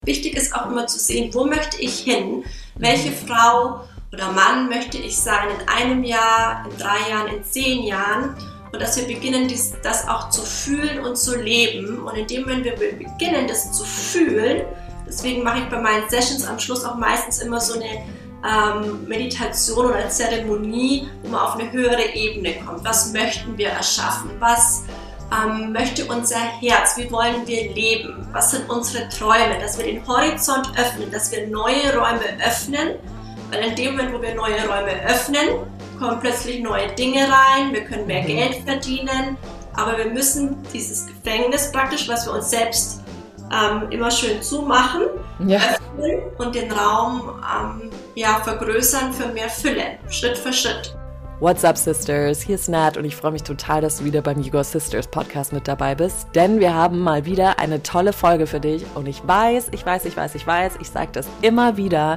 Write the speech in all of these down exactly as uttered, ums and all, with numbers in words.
Wichtig ist auch immer zu sehen, wo möchte ich hin, welche Frau oder Mann möchte ich sein in einem Jahr, in drei Jahren, in zehn Jahren und dass wir beginnen, dies, das auch zu fühlen und zu leben und indem wenn wir beginnen, das zu fühlen, deswegen mache ich bei meinen Sessions am Schluss auch meistens immer so eine ähm, Meditation oder Zeremonie, wo man auf eine höhere Ebene kommt. Was möchten wir erschaffen? Was Ähm, möchte unser Herz, wie wollen wir leben, was sind unsere Träume, dass wir den Horizont öffnen, dass wir neue Räume öffnen, weil in dem Moment, wo wir neue Räume öffnen, kommen plötzlich neue Dinge rein, wir können mehr Geld verdienen, aber wir müssen dieses Gefängnis praktisch, was wir uns selbst ähm, immer schön zumachen, ja. öffnen und den Raum ähm, ja, vergrößern für mehr Fülle, Schritt für Schritt. What's up, Sisters? Hier ist Nat und ich freue mich total, dass du wieder beim You Go Sisters Podcast mit dabei bist, denn wir haben mal wieder eine tolle Folge für dich und ich weiß, ich weiß, ich weiß, ich weiß, ich sage das immer wieder,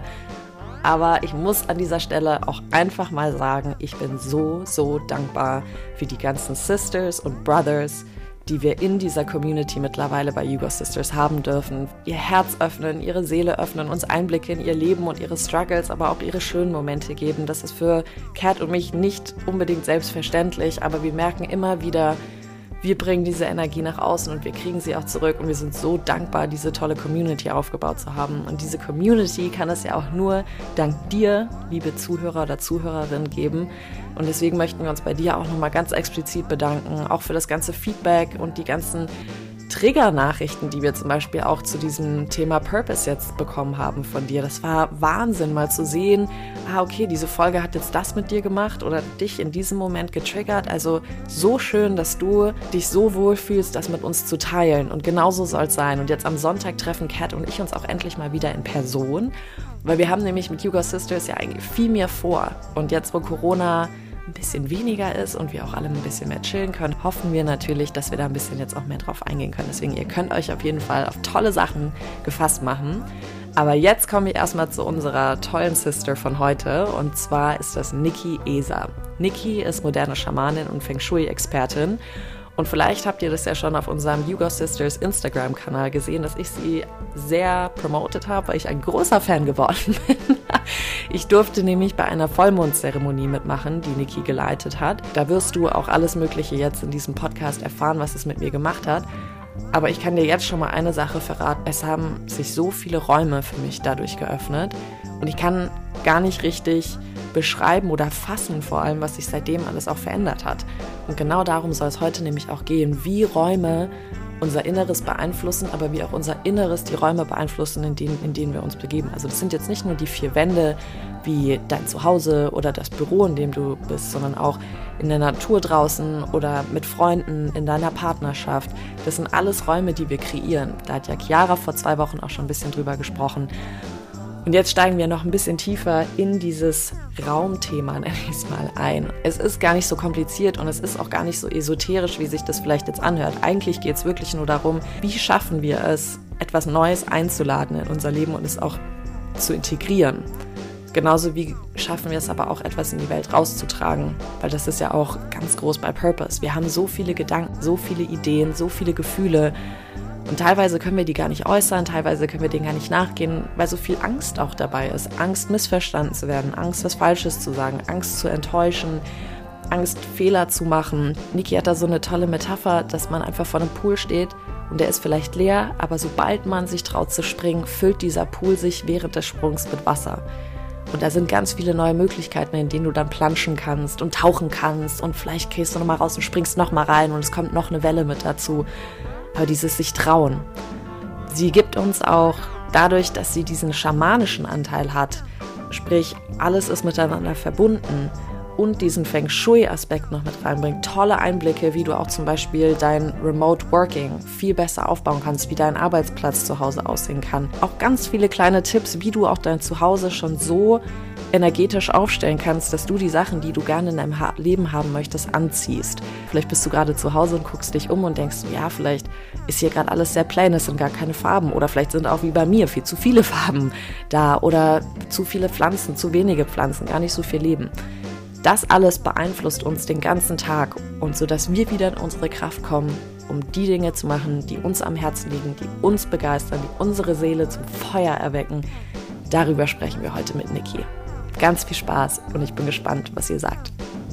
aber ich muss an dieser Stelle auch einfach mal sagen, ich bin so, so dankbar für die ganzen Sisters und Brothers, die wir in dieser Community mittlerweile bei You Go Sisters haben dürfen. Ihr Herz öffnen, ihre Seele öffnen, uns Einblicke in ihr Leben und ihre Struggles, aber auch ihre schönen Momente geben. Das ist für Kat und mich nicht unbedingt selbstverständlich, aber wir merken immer wieder, wir bringen diese Energie nach außen und wir kriegen sie auch zurück und wir sind so dankbar, diese tolle Community aufgebaut zu haben. Und diese Community kann es ja auch nur dank dir, liebe Zuhörer oder Zuhörerin, geben. Und deswegen möchten wir uns bei dir auch nochmal ganz explizit bedanken, auch für das ganze Feedback und die ganzen Trigger-Nachrichten, die wir zum Beispiel auch zu diesem Thema Purpose jetzt bekommen haben von dir. Das war Wahnsinn, mal zu sehen, ah okay, diese Folge hat jetzt das mit dir gemacht oder dich in diesem Moment getriggert. Also so schön, dass du dich so wohl fühlst, das mit uns zu teilen. Und genauso soll es sein. Und jetzt am Sonntag treffen Kat und ich uns auch endlich mal wieder in Person, weil wir haben nämlich mit You Go Sisters ja eigentlich viel mehr vor. Und jetzt, wo Corona ein bisschen weniger ist und wir auch alle ein bisschen mehr chillen können, hoffen wir natürlich, dass wir da ein bisschen jetzt auch mehr drauf eingehen können. Deswegen, ihr könnt euch auf jeden Fall auf tolle Sachen gefasst machen. Aber jetzt komme ich erstmal zu unserer tollen Sister von heute und zwar ist das Nikki Eser. Nikki ist moderne Schamanin und Feng Shui-Expertin. Und vielleicht habt ihr das ja schon auf unserem You Go Sisters Instagram-Kanal gesehen, dass ich sie sehr promotet habe, weil ich ein großer Fan geworden bin. Ich durfte nämlich bei einer Vollmondzeremonie mitmachen, die Nikki geleitet hat. Da wirst du auch alles Mögliche jetzt in diesem Podcast erfahren, was es mit mir gemacht hat. Aber ich kann dir jetzt schon mal eine Sache verraten. Es haben sich so viele Räume für mich dadurch geöffnet. Und ich kann gar nicht richtig beschreiben oder fassen vor allem, was sich seitdem alles auch verändert hat. Und genau darum soll es heute nämlich auch gehen, wie Räume unser Inneres beeinflussen, aber wie auch unser Inneres die Räume beeinflussen, in denen, in denen wir uns begeben. Also das sind jetzt nicht nur die vier Wände wie dein Zuhause oder das Büro, in dem du bist, sondern auch in der Natur draußen oder mit Freunden, in deiner Partnerschaft. Das sind alles Räume, die wir kreieren. Da hat ja Chiara vor zwei Wochen auch schon ein bisschen drüber gesprochen. Und jetzt steigen wir noch ein bisschen tiefer in dieses Raumthema, nenne ich es mal, ein. Es ist gar nicht so kompliziert und es ist auch gar nicht so esoterisch, wie sich das vielleicht jetzt anhört. Eigentlich geht es wirklich nur darum, wie schaffen wir es, etwas Neues einzuladen in unser Leben und es auch zu integrieren. Genauso wie schaffen wir es aber auch, etwas in die Welt rauszutragen, weil das ist ja auch ganz groß bei Purpose. Wir haben so viele Gedanken, so viele Ideen, so viele Gefühle. Und teilweise können wir die gar nicht äußern, teilweise können wir denen gar nicht nachgehen, weil so viel Angst auch dabei ist. Angst, missverstanden zu werden, Angst, was Falsches zu sagen, Angst zu enttäuschen, Angst, Fehler zu machen. Niki hat da so eine tolle Metapher, dass man einfach vor einem Pool steht und der ist vielleicht leer, aber sobald man sich traut zu springen, füllt dieser Pool sich während des Sprungs mit Wasser. Und da sind ganz viele neue Möglichkeiten, in denen du dann planschen kannst und tauchen kannst und vielleicht gehst du nochmal raus und springst nochmal rein und es kommt noch eine Welle mit dazu. Aber dieses sich trauen. Sie gibt uns auch dadurch, dass sie diesen schamanischen Anteil hat, sprich alles ist miteinander verbunden und diesen Feng Shui-Aspekt noch mit reinbringt, tolle Einblicke, wie du auch zum Beispiel dein Remote Working viel besser aufbauen kannst, wie dein Arbeitsplatz zu Hause aussehen kann. Auch ganz viele kleine Tipps, wie du auch dein Zuhause schon so energetisch aufstellen kannst, dass du die Sachen, die du gerne in deinem ha- Leben haben möchtest, anziehst. Vielleicht bist du gerade zu Hause und guckst dich um und denkst, ja, vielleicht ist hier gerade alles sehr plain, es sind gar keine Farben oder vielleicht sind auch wie bei mir viel zu viele Farben da oder zu viele Pflanzen, zu wenige Pflanzen, gar nicht so viel Leben. Das alles beeinflusst uns den ganzen Tag und so, dass wir wieder in unsere Kraft kommen, um die Dinge zu machen, die uns am Herzen liegen, die uns begeistern, die unsere Seele zum Feuer erwecken. Darüber sprechen wir heute mit Niki. Ganz viel Spaß und ich bin gespannt, was ihr sagt.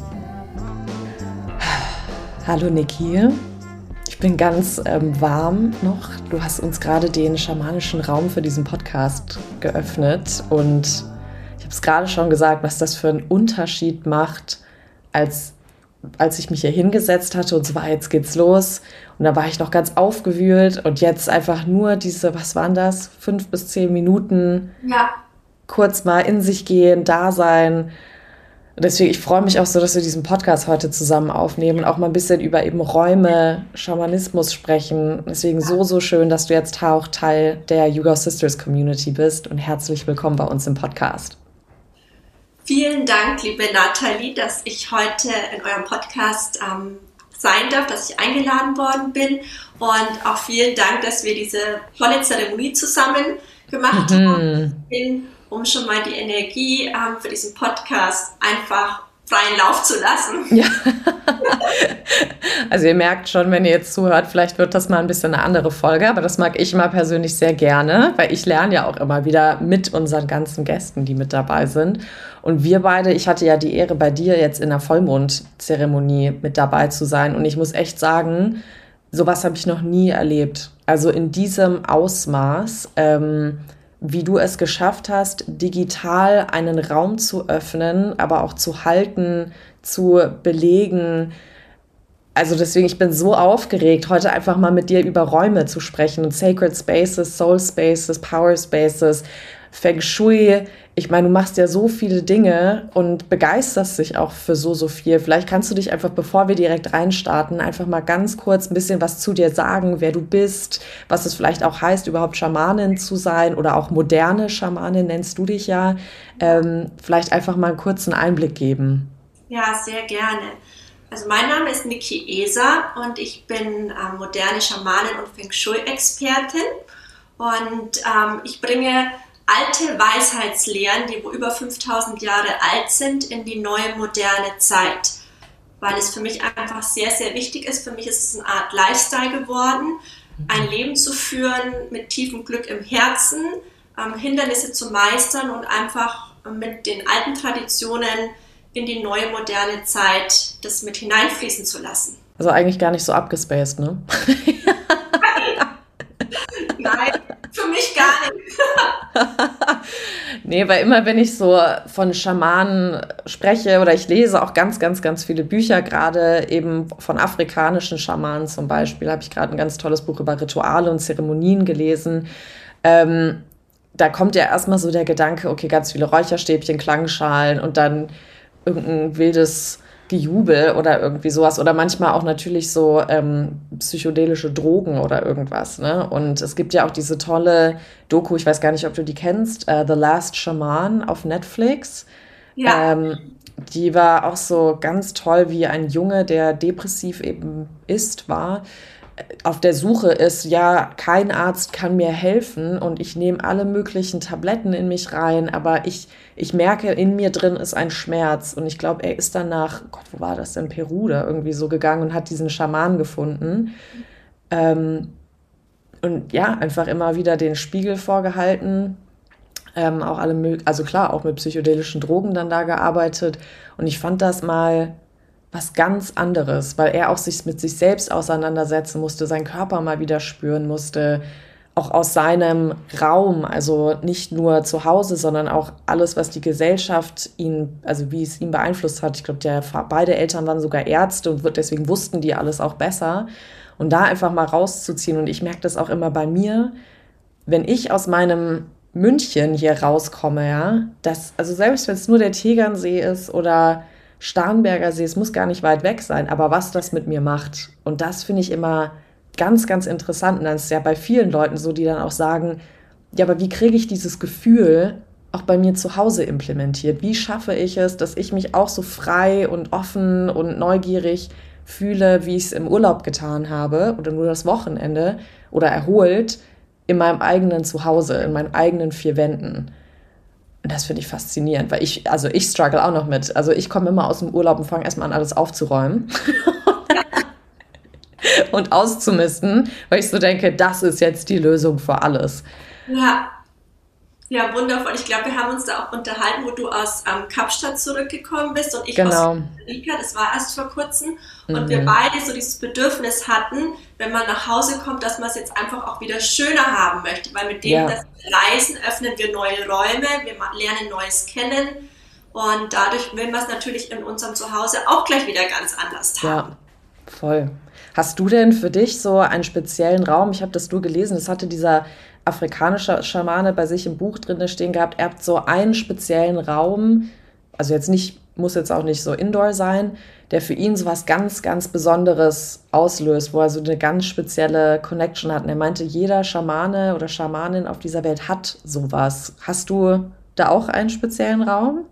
Hallo Niki. Ich bin ganz ähm, warm noch. Du hast uns gerade den schamanischen Raum für diesen Podcast geöffnet und ich habe es gerade schon gesagt, was das für einen Unterschied macht, als, als ich mich hier hingesetzt hatte und so war, jetzt geht's los und da war ich noch ganz aufgewühlt und jetzt einfach nur diese, was waren das, fünf bis zehn Minuten, ja. kurz mal in sich gehen, da sein. Deswegen, ich freue mich auch so, dass wir diesen Podcast heute zusammen aufnehmen und auch mal ein bisschen über eben Räume, Schamanismus sprechen. Deswegen so, so schön, dass du jetzt auch Teil der You Go Sisters Community bist und herzlich willkommen bei uns im Podcast. Vielen Dank, liebe Nathalie, dass ich heute in eurem Podcast ähm, sein darf, dass ich eingeladen worden bin und auch vielen Dank, dass wir diese tolle Zeremonie zusammen gemacht mhm. haben, um schon mal die Energie ähm, für diesen Podcast einfach freien Lauf zu lassen. Ja. Also ihr merkt schon, wenn ihr jetzt zuhört, vielleicht wird das mal ein bisschen eine andere Folge, aber das mag ich immer persönlich sehr gerne, weil ich lerne ja auch immer wieder mit unseren ganzen Gästen, die mit dabei sind. Und wir beide, ich hatte ja die Ehre, bei dir jetzt in der Vollmondzeremonie mit dabei zu sein und ich muss echt sagen, sowas habe ich noch nie erlebt. Also in diesem Ausmaß, ähm, wie du es geschafft hast, digital einen Raum zu öffnen, aber auch zu halten, zu belegen. Also deswegen, ich bin so aufgeregt, heute einfach mal mit dir über Räume zu sprechen und Sacred Spaces, Soul Spaces, Power Spaces, Feng Shui. Ich meine, du machst ja so viele Dinge und begeisterst dich auch für so, so viel. Vielleicht kannst du dich einfach, bevor wir direkt reinstarten, einfach mal ganz kurz ein bisschen was zu dir sagen, wer du bist, was es vielleicht auch heißt, überhaupt Schamanin zu sein oder auch moderne Schamanin nennst du dich ja. Ähm, vielleicht einfach mal einen kurzen Einblick geben. Ja, sehr gerne. Also mein Name ist Niki Eser und ich bin äh, moderne Schamanin und Feng Shui-Expertin und ähm, ich bringe alte Weisheitslehren, die wo über fünftausend Jahre alt sind, in die neue moderne Zeit, weil es für mich einfach sehr, sehr wichtig ist. Für mich ist es eine Art Lifestyle geworden, ein Leben zu führen mit tiefem Glück im Herzen, ähm, Hindernisse zu meistern und einfach mit den alten Traditionen in die neue moderne Zeit das mit hineinfließen zu lassen. Also eigentlich gar nicht so abgespaced, ne? Nein, für mich gar nicht. Nee, weil immer, wenn ich so von Schamanen spreche oder ich lese auch ganz, ganz, ganz viele Bücher, gerade eben von afrikanischen Schamanen zum Beispiel, habe ich gerade ein ganz tolles Buch über Rituale und Zeremonien gelesen. Ähm, da kommt ja erstmal so der Gedanke, okay, ganz viele Räucherstäbchen, Klangschalen und dann irgendein wildes Gejubel oder irgendwie sowas oder manchmal auch natürlich so ähm, psychedelische Drogen oder irgendwas, ne? Und es gibt ja auch diese tolle Doku, ich weiß gar nicht, ob du die kennst, uh, The Last Shaman auf Netflix. Ja. Ähm, die war auch so ganz toll, wie ein Junge, der depressiv eben ist, war, auf der Suche ist, ja, kein Arzt kann mir helfen und ich nehme alle möglichen Tabletten in mich rein, aber ich, ich merke, in mir drin ist ein Schmerz und ich glaube, er ist dann nach, Gott, wo war das denn, Peru da irgendwie so gegangen und hat diesen Schaman gefunden ähm, und ja, einfach immer wieder den Spiegel vorgehalten, ähm, auch alle möglichen, also klar, auch mit psychedelischen Drogen dann da gearbeitet und ich fand das mal was ganz anderes, weil er auch sich mit sich selbst auseinandersetzen musste, seinen Körper mal wieder spüren musste, auch aus seinem Raum, also nicht nur zu Hause, sondern auch alles, was die Gesellschaft ihn, also wie es ihn beeinflusst hat. Ich glaube, der, beide Eltern waren sogar Ärzte und deswegen wussten die alles auch besser. Und da einfach mal rauszuziehen und ich merke das auch immer bei mir, wenn ich aus meinem München hier rauskomme, ja, dass, also selbst wenn es nur der Tegernsee ist oder Starnberger See, es muss gar nicht weit weg sein, aber was das mit mir macht. Und das finde ich immer ganz, ganz interessant. Und das ist ja bei vielen Leuten so, die dann auch sagen, ja, aber wie kriege ich dieses Gefühl auch bei mir zu Hause implementiert? Wie schaffe ich es, dass ich mich auch so frei und offen und neugierig fühle, wie ich es im Urlaub getan habe oder nur das Wochenende oder erholt in meinem eigenen Zuhause, in meinen eigenen vier Wänden? Und das finde ich faszinierend, weil ich, also ich struggle auch noch mit. Also ich komme immer aus dem Urlaub und fange erstmal an, alles aufzuräumen. und auszumisten, weil ich so denke, das ist jetzt die Lösung für alles. Ja. Ja, wundervoll. Ich glaube, wir haben uns da auch unterhalten, wo du aus ähm, Kapstadt zurückgekommen bist und ich genau. aus Costa Rica. Das war erst vor kurzem. Und mhm. wir beide so dieses Bedürfnis hatten, wenn man nach Hause kommt, dass man es jetzt einfach auch wieder schöner haben möchte. Weil mit dem, ja. dass wir reisen, öffnen wir neue Räume, wir lernen Neues kennen. Und dadurch will man es natürlich in unserem Zuhause auch gleich wieder ganz anders haben. Ja, voll. Hast du denn für dich so einen speziellen Raum? Ich habe das nur gelesen, das hatte dieser afrikanische Schamane bei sich im Buch drin stehen gehabt. Er hat so einen speziellen Raum, also jetzt nicht, muss jetzt auch nicht so Indoor sein, der für ihn so was ganz, ganz Besonderes auslöst, wo er so eine ganz spezielle Connection hat. Und er meinte, jeder Schamane oder Schamanin auf dieser Welt hat sowas. Hast du da auch einen speziellen Raum?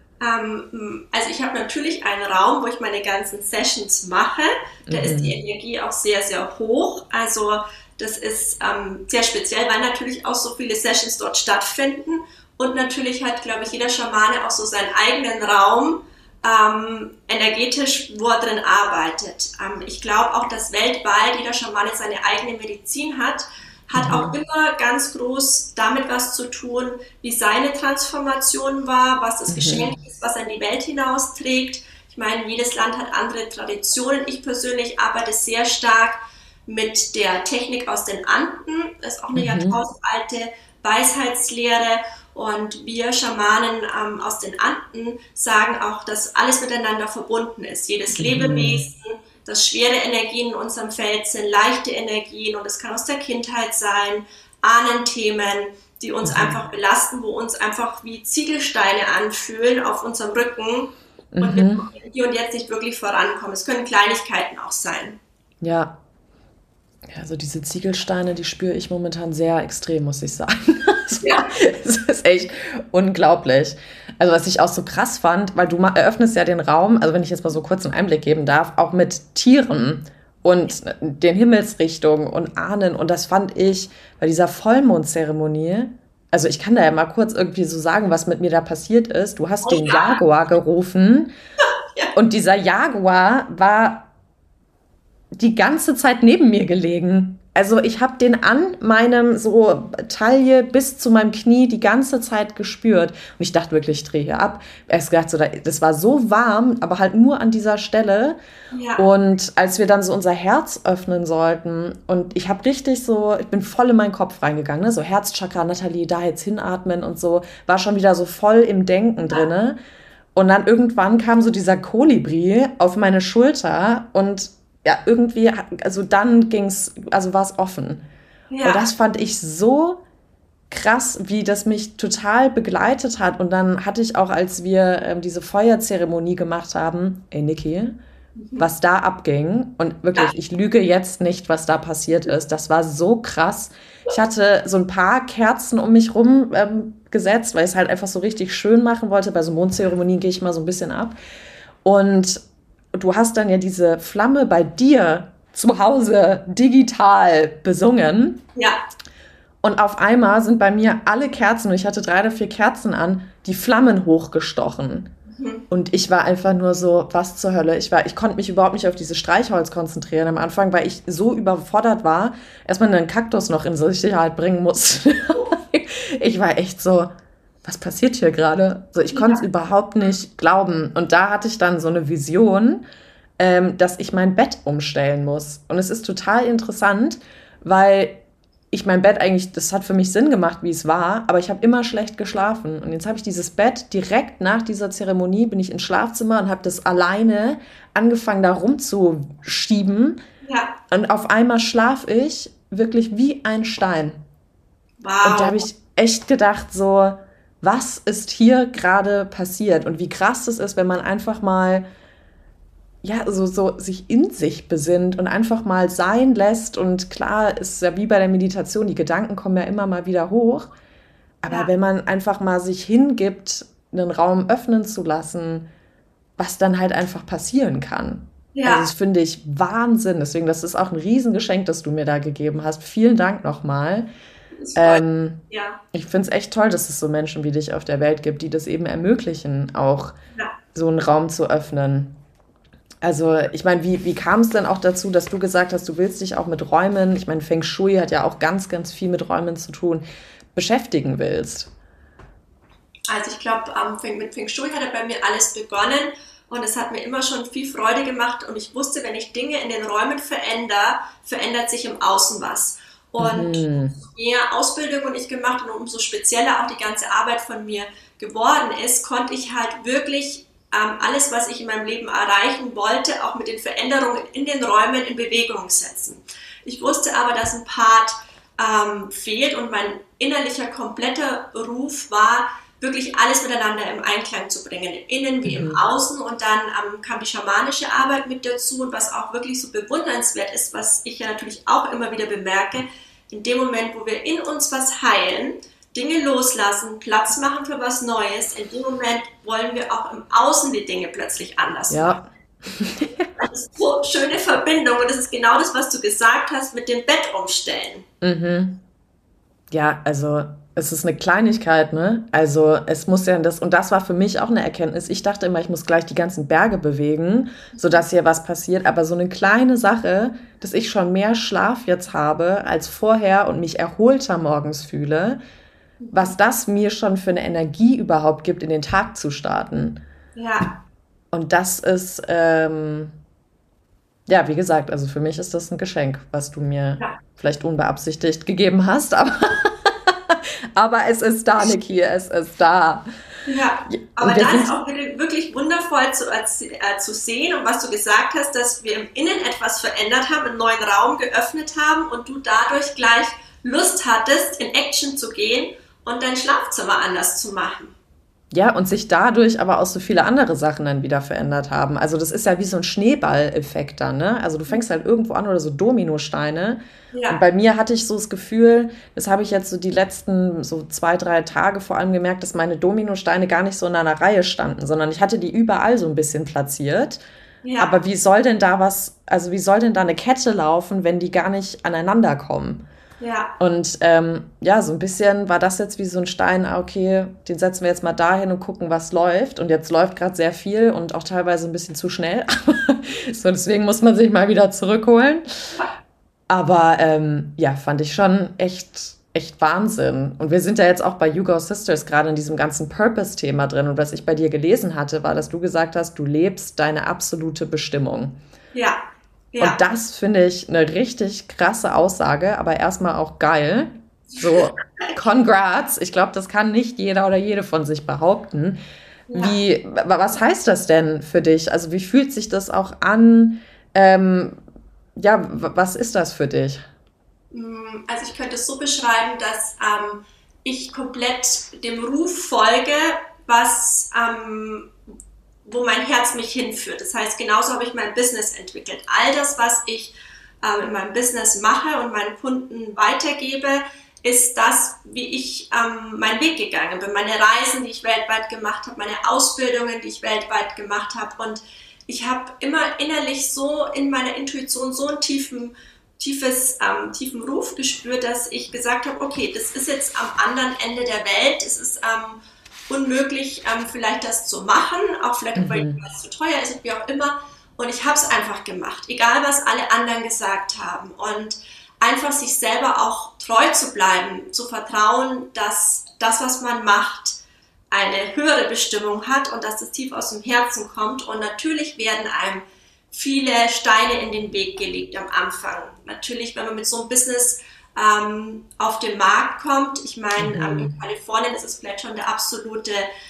Ähm, also ich habe natürlich einen Raum, wo ich meine ganzen Sessions mache. Da mhm. ist die Energie auch sehr, sehr hoch. Also das ist ähm, sehr speziell, weil natürlich auch so viele Sessions dort stattfinden. Und natürlich hat, glaube ich, jeder Schamane auch so seinen eigenen Raum, ähm, energetisch, wo er drin arbeitet. Ähm, ich glaube auch, dass weltweit jeder Schamane seine eigene Medizin hat, hat mhm. auch immer ganz groß damit was zu tun, wie seine Transformation war, was das mhm. Geschenk ist, was er in die Welt hinausträgt. Ich meine, jedes Land hat andere Traditionen. Ich persönlich arbeite sehr stark mit der Technik aus den Anden. Das ist auch eine mhm. jahrtausendalte Weisheitslehre. Und wir Schamanen ähm, aus den Anden sagen auch, dass alles miteinander verbunden ist. Jedes mhm. Lebewesen, dass schwere Energien in unserem Feld sind, leichte Energien, und es kann aus der Kindheit sein, Ahnenthemen, die uns mhm. einfach belasten, wo uns einfach wie Ziegelsteine anfühlen auf unserem Rücken mhm. und wir hier und jetzt nicht wirklich vorankommen. Es können Kleinigkeiten auch sein. Ja. Ja, also diese Ziegelsteine, die spüre ich momentan sehr extrem, muss ich sagen. Ja. Das ist echt unglaublich. Also was ich auch so krass fand, weil du eröffnest ja den Raum, also wenn ich jetzt mal so kurz einen Einblick geben darf, auch mit Tieren und den Himmelsrichtungen und Ahnen. Und das fand ich bei dieser Vollmondzeremonie, also ich kann da ja mal kurz irgendwie so sagen, was mit mir da passiert ist. Du hast oh, den ja. Jaguar gerufen ja. und dieser Jaguar war die ganze Zeit neben mir gelegen. Also ich habe den an meinem so Taille bis zu meinem Knie die ganze Zeit gespürt. Und ich dachte wirklich, ich drehe hier ab. Erst gedacht, so, das war so warm, aber halt nur an dieser Stelle. Ja. Und als wir dann so unser Herz öffnen sollten und ich habe richtig so, ich bin voll in meinen Kopf reingegangen, ne? So Herzchakra, Nathalie, da jetzt hinatmen und so, war schon wieder so voll im Denken drinne. Und dann irgendwann kam so dieser Kolibri auf meine Schulter und ja, irgendwie, also dann ging's, also war es offen. Ja. Und das fand ich so krass, wie das mich total begleitet hat. Und dann hatte ich auch, als wir ähm, diese Feuerzeremonie gemacht haben, ey Niki, mhm. was da abging. Und wirklich, ich lüge jetzt nicht, was da passiert ist. Das war so krass. Ich hatte so ein paar Kerzen um mich rum ähm, gesetzt, weil ich es halt einfach so richtig schön machen wollte. Bei so Mondzeremonien gehe ich mal so ein bisschen ab. Und du hast dann ja diese Flamme bei dir zu Hause digital besungen. Ja. Und auf einmal sind bei mir alle Kerzen, und ich hatte drei oder vier Kerzen an, die Flammen hochgestochen. Mhm. Und ich war einfach nur so, was zur Hölle? Ich war, ich konnte mich überhaupt nicht auf dieses Streichholz konzentrieren am Anfang, weil ich so überfordert war, erstmal einen Kaktus noch in Sicherheit bringen musste. Ich war echt so, was passiert hier gerade? So, ich konnte es ja. überhaupt nicht glauben. Und da hatte ich dann so eine Vision, ähm, dass ich mein Bett umstellen muss. Und es ist total interessant, weil ich mein Bett eigentlich, das hat für mich Sinn gemacht, wie es war, aber ich habe immer schlecht geschlafen. Und jetzt habe ich dieses Bett direkt nach dieser Zeremonie, bin ich ins Schlafzimmer und habe das alleine angefangen, da rumzuschieben. Ja. Und auf einmal schlafe ich wirklich wie ein Stein. Wow. Und da habe ich echt gedacht, so, was ist hier gerade passiert und wie krass das ist, wenn man einfach mal ja, so, so sich in sich besinnt und einfach mal sein lässt. Und klar, ist ja wie bei der Meditation, die Gedanken kommen ja immer mal wieder hoch. Aber ja. wenn man einfach mal sich hingibt, einen Raum öffnen zu lassen, was dann halt einfach passieren kann. Ja. Also das finde ich Wahnsinn. Deswegen, das ist auch ein Riesengeschenk, das du mir da gegeben hast. Vielen Dank nochmal. Ähm, ja. Ich finde es echt toll, dass es so Menschen wie dich auf der Welt gibt, die das eben ermöglichen, auch ja. so einen Raum zu öffnen. Also ich meine, wie, wie kam es denn auch dazu, dass du gesagt hast, du willst dich auch mit Räumen, ich meine, Feng Shui hat ja auch ganz, ganz viel mit Räumen zu tun, beschäftigen willst? Also ich glaube, ähm, mit Feng Shui hat ja bei mir alles begonnen und es hat mir immer schon viel Freude gemacht und ich wusste, wenn ich Dinge in den Räumen verändere, verändert sich im Außen was. Und Mhm. je mehr Ausbildungen ich gemacht und umso spezieller auch die ganze Arbeit von mir geworden ist, konnte ich halt wirklich ähm, alles, was ich in meinem Leben erreichen wollte, auch mit den Veränderungen in den Räumen in Bewegung setzen. Ich wusste aber, dass ein Part ähm, fehlt und mein innerlicher kompletter Ruf war, wirklich alles miteinander im Einklang zu bringen, im Innen wie im Außen. Und dann ähm, kam die schamanische Arbeit mit dazu und was auch wirklich so bewundernswert ist, was ich ja natürlich auch immer wieder bemerke, in dem Moment, wo wir in uns was heilen, Dinge loslassen, Platz machen für was Neues, in dem Moment wollen wir auch im Außen die Dinge plötzlich anders Ja. machen. Das ist so eine schöne Verbindung und das ist genau das, was du gesagt hast mit dem Bett umstellen. Mhm. Ja, also es ist eine Kleinigkeit, ne? Also es muss ja das, und das war für mich auch eine Erkenntnis. Ich dachte immer, ich muss gleich die ganzen Berge bewegen, sodass hier was passiert. Aber so eine kleine Sache, dass ich schon mehr Schlaf jetzt habe als vorher und mich erholter morgens fühle, was das mir schon für eine Energie überhaupt gibt, in den Tag zu starten. Ja, Und das ist, ähm, ja, wie gesagt, also für mich ist das ein Geschenk, was du mir ja. vielleicht unbeabsichtigt gegeben hast, aber, aber es ist da, Niki, es ist da. Ja, Und aber wir das ist sind, auch wirklich wundervoll zu, äh, zu sehen und was du gesagt hast, dass wir im Innen etwas verändert haben, einen neuen Raum geöffnet haben und du dadurch gleich Lust hattest, in Action zu gehen und dein Schlafzimmer anders zu machen. ja, und sich dadurch aber auch so viele andere Sachen dann wieder verändert haben. Also das ist ja wie so ein Schneeball-Effekt dann, ne? Also du fängst halt irgendwo an oder so Dominosteine. Und Ja, bei mir hatte ich so das Gefühl, das habe ich jetzt so die letzten so zwei, drei Tage vor allem gemerkt, dass meine Dominosteine gar nicht so in einer Reihe standen, sondern ich hatte die überall so ein bisschen platziert. ja, Aber wie soll denn da was, also wie soll denn da eine Kette laufen, wenn die gar nicht aneinander kommen? ja, Und ähm, ja, so ein bisschen war das jetzt wie so ein Stein, ah, okay, den setzen wir jetzt mal dahin und gucken, was läuft. Und jetzt läuft gerade sehr viel und auch teilweise ein bisschen zu schnell. So, deswegen muss man sich mal wieder zurückholen. Aber ähm, ja, fand ich schon echt, echt Wahnsinn. Und wir sind ja jetzt auch bei You Go Sisters gerade in diesem ganzen Purpose-Thema drin. Und was ich bei dir gelesen hatte, war, dass du gesagt hast, du lebst deine absolute Bestimmung. ja, Und ja, das finde ich eine richtig krasse Aussage, aber erstmal auch geil. So, congrats. Ich glaube, das kann nicht jeder oder jede von sich behaupten. ja. Wie, wa- was heißt das denn für dich? Also, wie fühlt sich das auch an? Ähm, ja, w- was ist das für dich? Mm, Also ich könnte es so beschreiben, dass ähm, ich komplett dem Ruf folge, was, ähm, wo mein Herz mich hinführt. Das heißt, genauso habe ich mein Business entwickelt. All das, was ich ähm, in meinem Business mache und meinen Kunden weitergebe, ist das, wie ich ähm, meinen Weg gegangen bin. Meine Reisen, die ich weltweit gemacht habe, meine Ausbildungen, die ich weltweit gemacht habe. Und ich habe immer innerlich so in meiner Intuition so einen tiefen, tiefes, ähm, tiefen Ruf gespürt, dass ich gesagt habe, okay, das ist jetzt am anderen Ende der Welt, es ist ähm, unmöglich, ähm, vielleicht das zu machen, auch vielleicht, weil Mhm. es zu teuer ist und wie auch immer. Und ich habe es einfach gemacht, egal was alle anderen gesagt haben. Und einfach sich selber auch treu zu bleiben, zu vertrauen, dass das, was man macht, eine höhere Bestimmung hat und dass das tief aus dem Herzen kommt. Und natürlich werden einem viele Steine in den Weg gelegt am Anfang. Natürlich, wenn man mit so einem Business ähm, auf den Markt kommt. Ich meine, ähm, in Kalifornien ist es vielleicht schon der absolute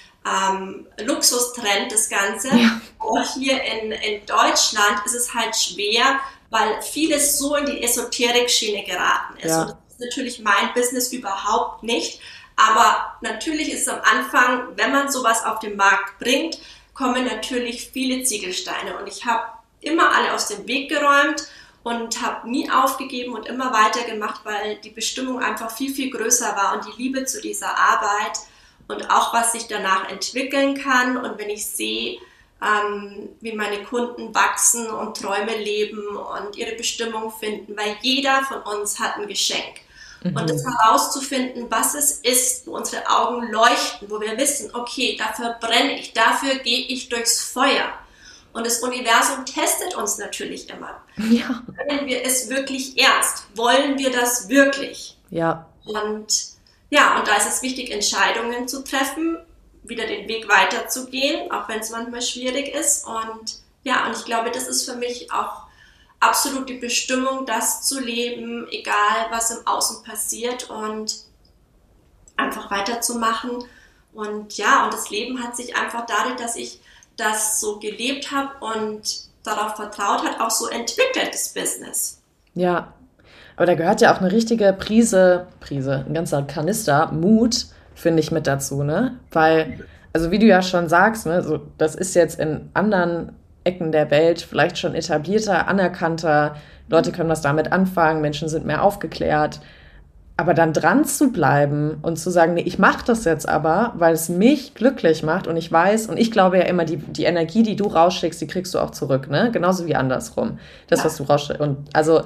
ähm, Luxustrend, das Ganze. Ja. Aber hier in, in Deutschland ist es halt schwer, weil vieles so in die Esoterik-Schiene geraten ist. Ja. Und das ist natürlich mein Business überhaupt nicht. Aber natürlich ist es am Anfang, wenn man sowas auf den Markt bringt, kommen natürlich viele Ziegelsteine. Und ich habe immer alle aus dem Weg geräumt und habe nie aufgegeben und immer weitergemacht, weil die Bestimmung einfach viel, viel größer war und die Liebe zu dieser Arbeit und auch, was sich danach entwickeln kann. Und wenn ich sehe, ähm, wie meine Kunden wachsen und Träume leben und ihre Bestimmung finden, weil jeder von uns hat ein Geschenk. Und das herauszufinden, was es ist, wo unsere Augen leuchten, wo wir wissen, okay, dafür brenne ich, dafür gehe ich durchs Feuer. Und das Universum testet uns natürlich immer. Ja. Nehmen wir es wirklich ernst? Wollen wir das wirklich? Ja. Und ja, und da ist es wichtig, Entscheidungen zu treffen, wieder den Weg weiterzugehen, auch wenn es manchmal schwierig ist. Und ja, und ich glaube, das ist für mich auch absolut die Bestimmung, das zu leben, egal was im Außen passiert und einfach weiterzumachen. Und ja, und das Leben hat sich einfach dadurch, dass ich das so gelebt habe und darauf vertraut hat, auch so entwickelt, das Business. Ja, aber da gehört ja auch eine richtige Prise, Prise, ein ganzer Kanister Mut, finde ich, mit dazu, ne? Weil, also wie du ja schon sagst, ne, so, das ist jetzt in anderen Ecken der Welt vielleicht schon etablierter, anerkannter, Leute können was damit anfangen, Menschen sind mehr aufgeklärt. Aber dann dran zu bleiben und zu sagen, nee, ich mache das jetzt aber, weil es mich glücklich macht und ich weiß, und ich glaube ja immer, die, die Energie, die du rausschickst, die kriegst du auch zurück, ne? Genauso wie andersrum. Das, ja. was du rausschickst. Und also,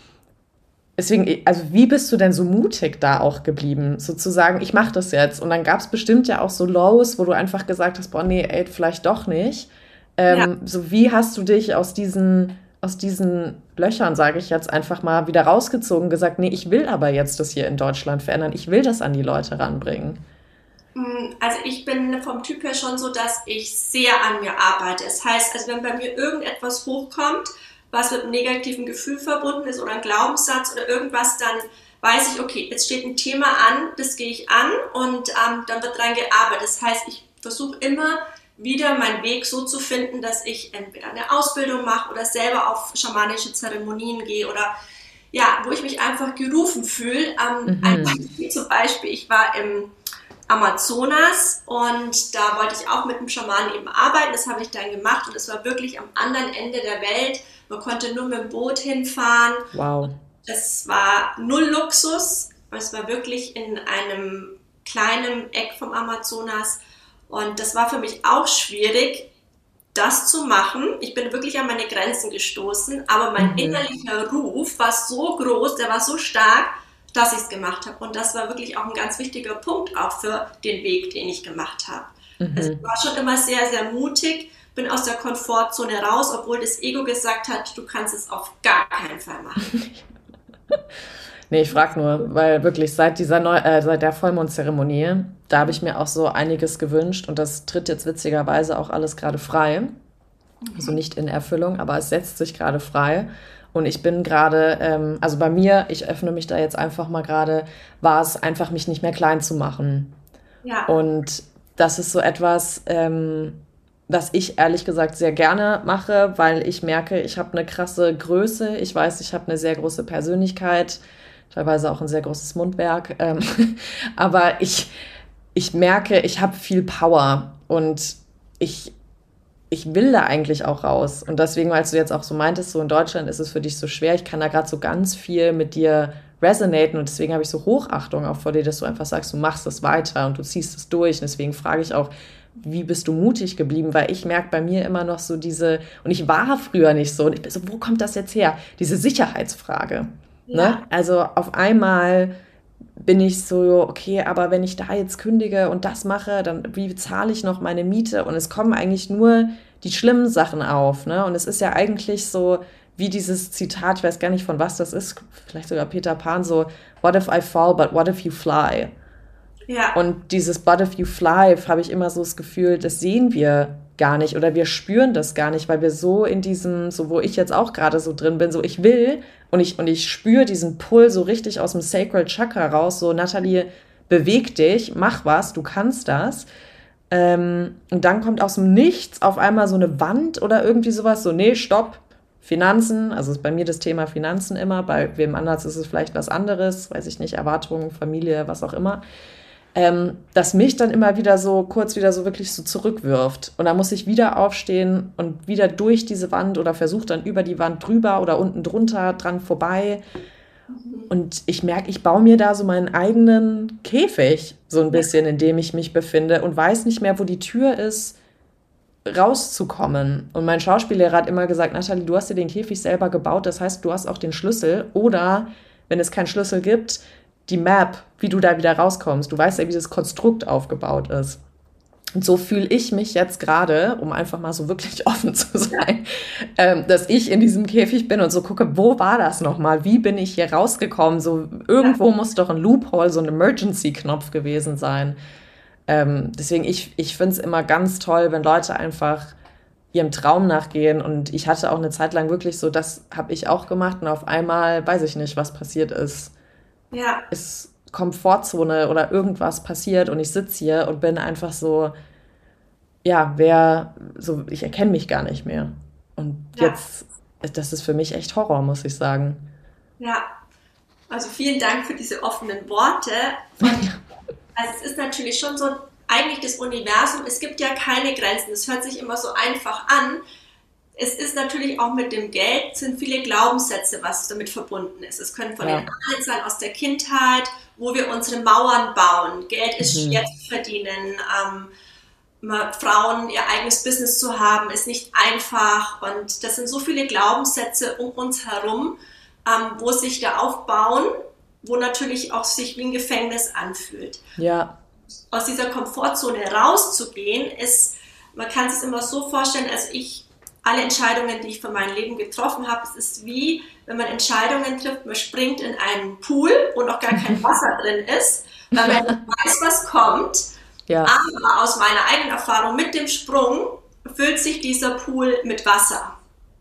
deswegen, also wie bist du denn so mutig da auch geblieben, sozusagen, ich mache das jetzt. Und dann gab es bestimmt ja auch so Lows, wo du einfach gesagt hast, boah, nee, ey, vielleicht doch nicht. Ähm, ja. So wie hast du dich aus diesen... aus diesen Löchern, sage ich jetzt einfach mal, wieder rausgezogen, gesagt, nee, ich will aber jetzt das hier in Deutschland verändern, ich will das an die Leute ranbringen? Also ich bin vom Typ her schon so, dass ich sehr an mir arbeite. Das heißt, also wenn bei mir irgendetwas hochkommt, was mit einem negativen Gefühl verbunden ist oder ein Glaubenssatz oder irgendwas, dann weiß ich, okay, jetzt steht ein Thema an, das gehe ich an und ähm, dann wird dran gearbeitet. Das heißt, ich versuche immer, wieder meinen Weg so zu finden, dass ich entweder eine Ausbildung mache oder selber auf schamanische Zeremonien gehe oder ja, wo ich mich einfach gerufen fühle. Ähm, mhm. Ein Beispiel zum Beispiel, ich war im Amazonas und da wollte ich auch mit einem Schamanen eben arbeiten, das habe ich dann gemacht und es war wirklich am anderen Ende der Welt, man konnte nur mit dem Boot hinfahren. Wow. Es war null Luxus, es war wirklich in einem kleinen Eck vom Amazonas. Und das war für mich auch schwierig, das zu machen. Ich bin wirklich an meine Grenzen gestoßen, aber mein mhm. innerlicher Ruf war so groß, der war so stark, dass ich es gemacht habe. Und das war wirklich auch ein ganz wichtiger Punkt auch für den Weg, den ich gemacht habe. Mhm. Also ich war schon immer sehr, sehr mutig, bin aus der Komfortzone raus, obwohl das Ego gesagt hat, du kannst es auf gar keinen Fall machen. Nee, ich frage nur, weil wirklich seit dieser Neu- äh, seit der Vollmondzeremonie, da habe ich mir auch so einiges gewünscht und das tritt jetzt witzigerweise auch alles gerade frei. Also nicht in Erfüllung, aber es setzt sich gerade frei. Und ich bin gerade, ähm, also bei mir, ich öffne mich da jetzt einfach mal gerade, war es einfach, mich nicht mehr klein zu machen. Ja. Und das ist so etwas, ähm, das ich ehrlich gesagt sehr gerne mache, weil ich merke, ich habe eine krasse Größe, ich weiß, ich habe eine sehr große Persönlichkeit, teilweise auch ein sehr großes Mundwerk, ähm, aber ich, ich merke, ich habe viel Power und ich, ich will da eigentlich auch raus. Und deswegen, als du jetzt auch so meintest, so in Deutschland ist es für dich so schwer, ich kann da gerade so ganz viel mit dir resonaten und deswegen habe ich so Hochachtung auch vor dir, dass du einfach sagst, du machst es weiter und du ziehst es durch. Und deswegen frage ich auch, wie bist du mutig geblieben? Weil ich merke bei mir immer noch so diese, und ich war früher nicht so, und ich bin so, wo kommt das jetzt her? Diese Sicherheitsfrage. Ja. Ne? Also auf einmal bin ich so, okay, aber wenn ich da jetzt kündige und das mache, dann wie bezahle ich noch meine Miete? Und es kommen eigentlich nur die schlimmen Sachen auf. Ne? Und es ist ja eigentlich so wie dieses Zitat, ich weiß gar nicht von was das ist, vielleicht sogar Peter Pan, so, what if I fall, but what if you fly? Ja. Und dieses But if you fly, habe ich immer so das Gefühl, das sehen wir gar nicht oder wir spüren das gar nicht, weil wir so in diesem, so wo ich jetzt auch gerade so drin bin, so ich will und ich, und ich spüre diesen Pull so richtig aus dem Sacral Chakra raus, so Nathalie, beweg dich, mach was, du kannst das. Ähm, und dann kommt aus dem Nichts auf einmal so eine Wand oder irgendwie sowas, so nee, stopp, Finanzen, also ist bei mir das Thema Finanzen immer, bei wem anders ist es vielleicht was anderes, weiß ich nicht, Erwartungen, Familie, was auch immer. Ähm, das mich dann immer wieder so kurz wieder so wirklich so zurückwirft. Und dann muss ich wieder aufstehen und wieder durch diese Wand oder versuche dann über die Wand drüber oder unten drunter dran vorbei. Und ich merke, ich baue mir da so meinen eigenen Käfig so ein bisschen, in dem ich mich befinde und weiß nicht mehr, wo die Tür ist, rauszukommen. Und mein Schauspiellehrer hat immer gesagt, Nathalie, du hast dir den Käfig selber gebaut, das heißt, du hast auch den Schlüssel oder, wenn es keinen Schlüssel gibt, die Map, wie du da wieder rauskommst. Du weißt ja, wie das Konstrukt aufgebaut ist. Und so fühle ich mich jetzt gerade, um einfach mal so wirklich offen zu sein, ähm, dass ich in diesem Käfig bin und so gucke, wo war das nochmal? Wie bin ich hier rausgekommen? So irgendwo muss doch ein Loophole, so ein Emergency-Knopf gewesen sein. Ähm, deswegen, ich, ich finde es immer ganz toll, wenn Leute einfach ihrem Traum nachgehen. Und ich hatte auch eine Zeit lang wirklich so, das habe ich auch gemacht. Und auf einmal weiß ich nicht, was passiert ist. Ja. Ist Komfortzone oder irgendwas passiert und ich sitze hier und bin einfach so, ja, wer, so, ich erkenne mich gar nicht mehr. Und Ja. jetzt, das ist für mich echt Horror, muss ich sagen. Ja, also vielen Dank für diese offenen Worte. Von, also es ist natürlich schon so, eigentlich das Universum, es gibt ja keine Grenzen, es hört sich immer so einfach an. Es ist natürlich auch mit dem Geld, sind viele Glaubenssätze, was damit verbunden ist. Es können von Ja. den Ahnen sein, aus der Kindheit, wo wir unsere Mauern bauen. Geld ist Mhm. schwer zu verdienen. Ähm, mal Frauen ihr eigenes Business zu haben, ist nicht einfach. Und das sind so viele Glaubenssätze um uns herum, ähm, wo sich da aufbauen, wo natürlich auch sich wie ein Gefängnis anfühlt. Ja, Aus dieser Komfortzone rauszugehen, ist, man kann es sich immer so vorstellen, also ich, alle Entscheidungen, die ich für mein Leben getroffen habe, es ist wie, wenn man Entscheidungen trifft, man springt in einen Pool, wo noch gar kein Wasser drin ist, weil man nicht weiß, was kommt. ja, Aber aus meiner eigenen Erfahrung mit dem Sprung füllt sich dieser Pool mit Wasser.